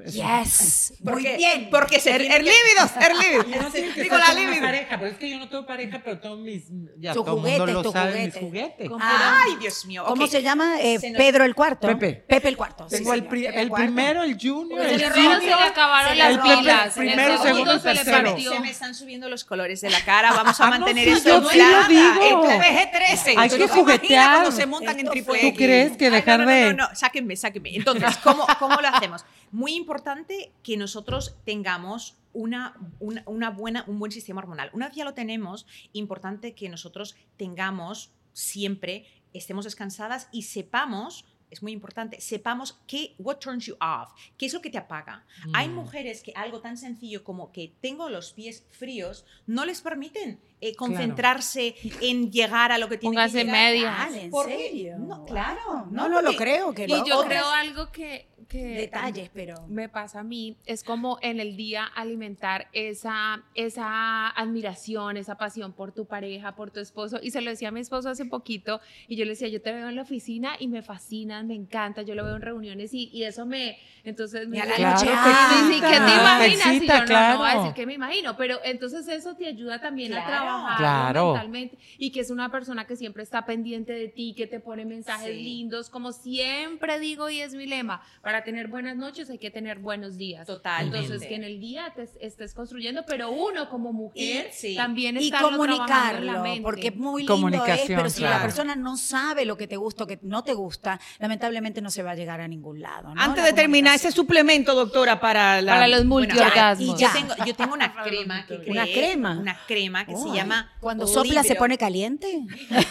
Yes. Muy Porque- bien. Porque se Er, tiene que- líbidos, er líbidos. No tiene que Digo, ser la con una libido. pareja, pero es que yo no tengo pareja, pero tengo mis, ya Tus todo el mundo juguetes, lo tus sabe, juguetes. mis juguetes. Con Ay, Dios mío. ¿Cómo ok. se llama? Eh, Se nos- Pedro el cuarto. Pepe. Pepe el cuarto. sí, Tengo el, señor. pri- Pepe el cuarto. primero, el junior, Pues el el primero se senior. le acabaron el las Pepe, pilas. primero, el segundo, se le tercero. partió. Se me están subiendo los colores de la cara. Vamos a Ah, no, mantener sí, esto yo en sí lo plata. digo. El G trece. Hay ¿Tú que no te imaginas juguetear. cuando se montan en Esto triple fue- X? ¿Tú crees que Ay, dejar no, no, de...? no, no, sáquenme, sáquenme. Entonces, ¿cómo, ¿cómo lo hacemos? Muy importante que nosotros tengamos una, una, una buena, un buen sistema hormonal. Una vez ya lo tenemos, importante que nosotros tengamos siempre, estemos descansadas y sepamos, es muy importante, sepamos qué, what turns you off, qué es lo que te apaga. Hay Mm. mujeres que algo tan sencillo como que tengo los pies fríos no les permiten eh, concentrarse en llegar a lo que tienen Póngase que llegar. medias. Ah, ¿en Porque- serio? No, claro. No, no lo porque- creo. Que Y no. yo Otras- creo algo que, que Detalles, pero... me pasa a mí, es como en el día alimentar esa, esa admiración, esa pasión por tu pareja, por tu esposo. Y se lo decía a mi esposo hace poquito y yo le decía, yo te veo en la oficina y me fascinan, me encanta, yo lo veo en reuniones y, y eso me... Entonces me Y a la dice, noche, Claro, ah, sí, sí, ¿qué te excita, imaginas? te Y excita, yo no, claro. no voy a decir que me imagino, pero entonces eso te ayuda también a Claro. trabajar Claro. mentalmente y que es una persona que siempre está pendiente de ti, que te pone mensajes Sí. lindos, como siempre digo y es mi lema, para tener buenas noches hay que tener buenos días. Totalmente. Entonces que en el día te estés construyendo, pero uno como mujer Y- sí. también Y estarlo trabajando en la comunicarlo, mente. porque muy lindo es, Comunicación, pero si la claro. persona no sabe lo que te gusta o que no te gusta, lamentablemente no se va a llegar a ningún lado. ¿no? Antes La de terminar, ese comunicación. suplemento, doctora, para la... para los Bueno, multiorgasmos. y ya. Yo tengo, yo tengo una crema que ¿Una creé, crema? Una crema que Oh, se llama Cuando sopla se Libido. pone caliente.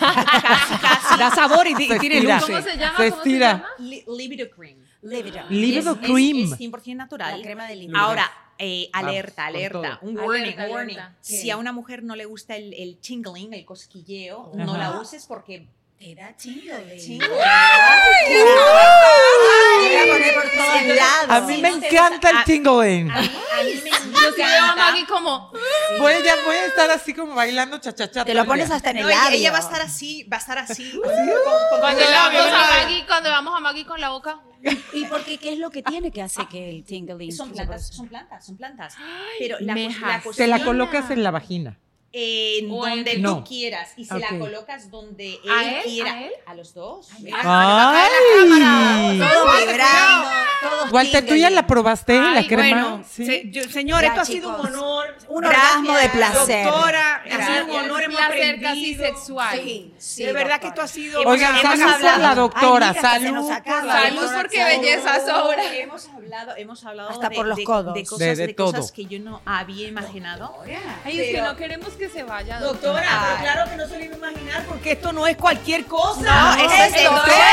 casi, casi. Da sabor y, y Se tiene estira. luces. ¿Cómo se llama? Se ¿Cómo estira. se llama? Li- Libido Cream. Libido. Libido Es- Cream. Es, es cien por ciento natural. La crema de libido. Ahora, eh, Vamos, alerta, con alerta, todo. un warning, Alerta, un warning. alerta. Si ¿Qué? a una mujer no le gusta el, el tingling, el cosquilleo, Ajá. no la uses porque... Te da chingole. Chingo. Ay, voy a poner por todos lados. A mí me no te encanta el gusta- tingling. A mí, a mí me Yo sí veo a encanta. Maggie como... Voy, ya voy a estar así como bailando cha-cha-cha. Te todo lo el pones día. hasta en el No, ella, labio. ella va a estar así, va a estar así. con- con Cuando todo el labio, vamos a ¿verdad? Maggie, cuando vamos a Maggie con la boca... ¿Y por qué? ¿Qué es lo que tiene que hacer que el tingling? Son plantas, son plantas, son plantas. Pero la, me cos- la jas- Te la cuestión- colocas en la vagina. en O en- donde No. tú quieras y se Ok. la colocas donde él, ¿A él? quiera. ¿A él? A los dos. Todo ¡Ay! vibrando, todo todos Walter, ¿tú ya la probaste, Ay, la crema? Bueno, Sí. se- yo- señor, Ya, esto ha sido un chicos. honor. Un orgasmo de placer. Doctora, ha Gracias. sido un honor, Un hemos placer casi aprendido. sexual. Sí, sí, de verdad que doctora. esto ha sido... Oigan, hemos salud por hablado- la doctora, Ay, mira, que se salud. nos acaba. por la Salud, doctora. porque Salud. belleza sobra. Hemos hablado, hemos hablado Hasta de, por los de- codos. de cosas, De- de de cosas todo. que yo no había imaginado. Ay, es que Pero- no queremos que se vaya, Doctora, doctora. pero claro que no se lo iba a imaginar porque esto no es cualquier cosa. No, esto es Esto doctora. es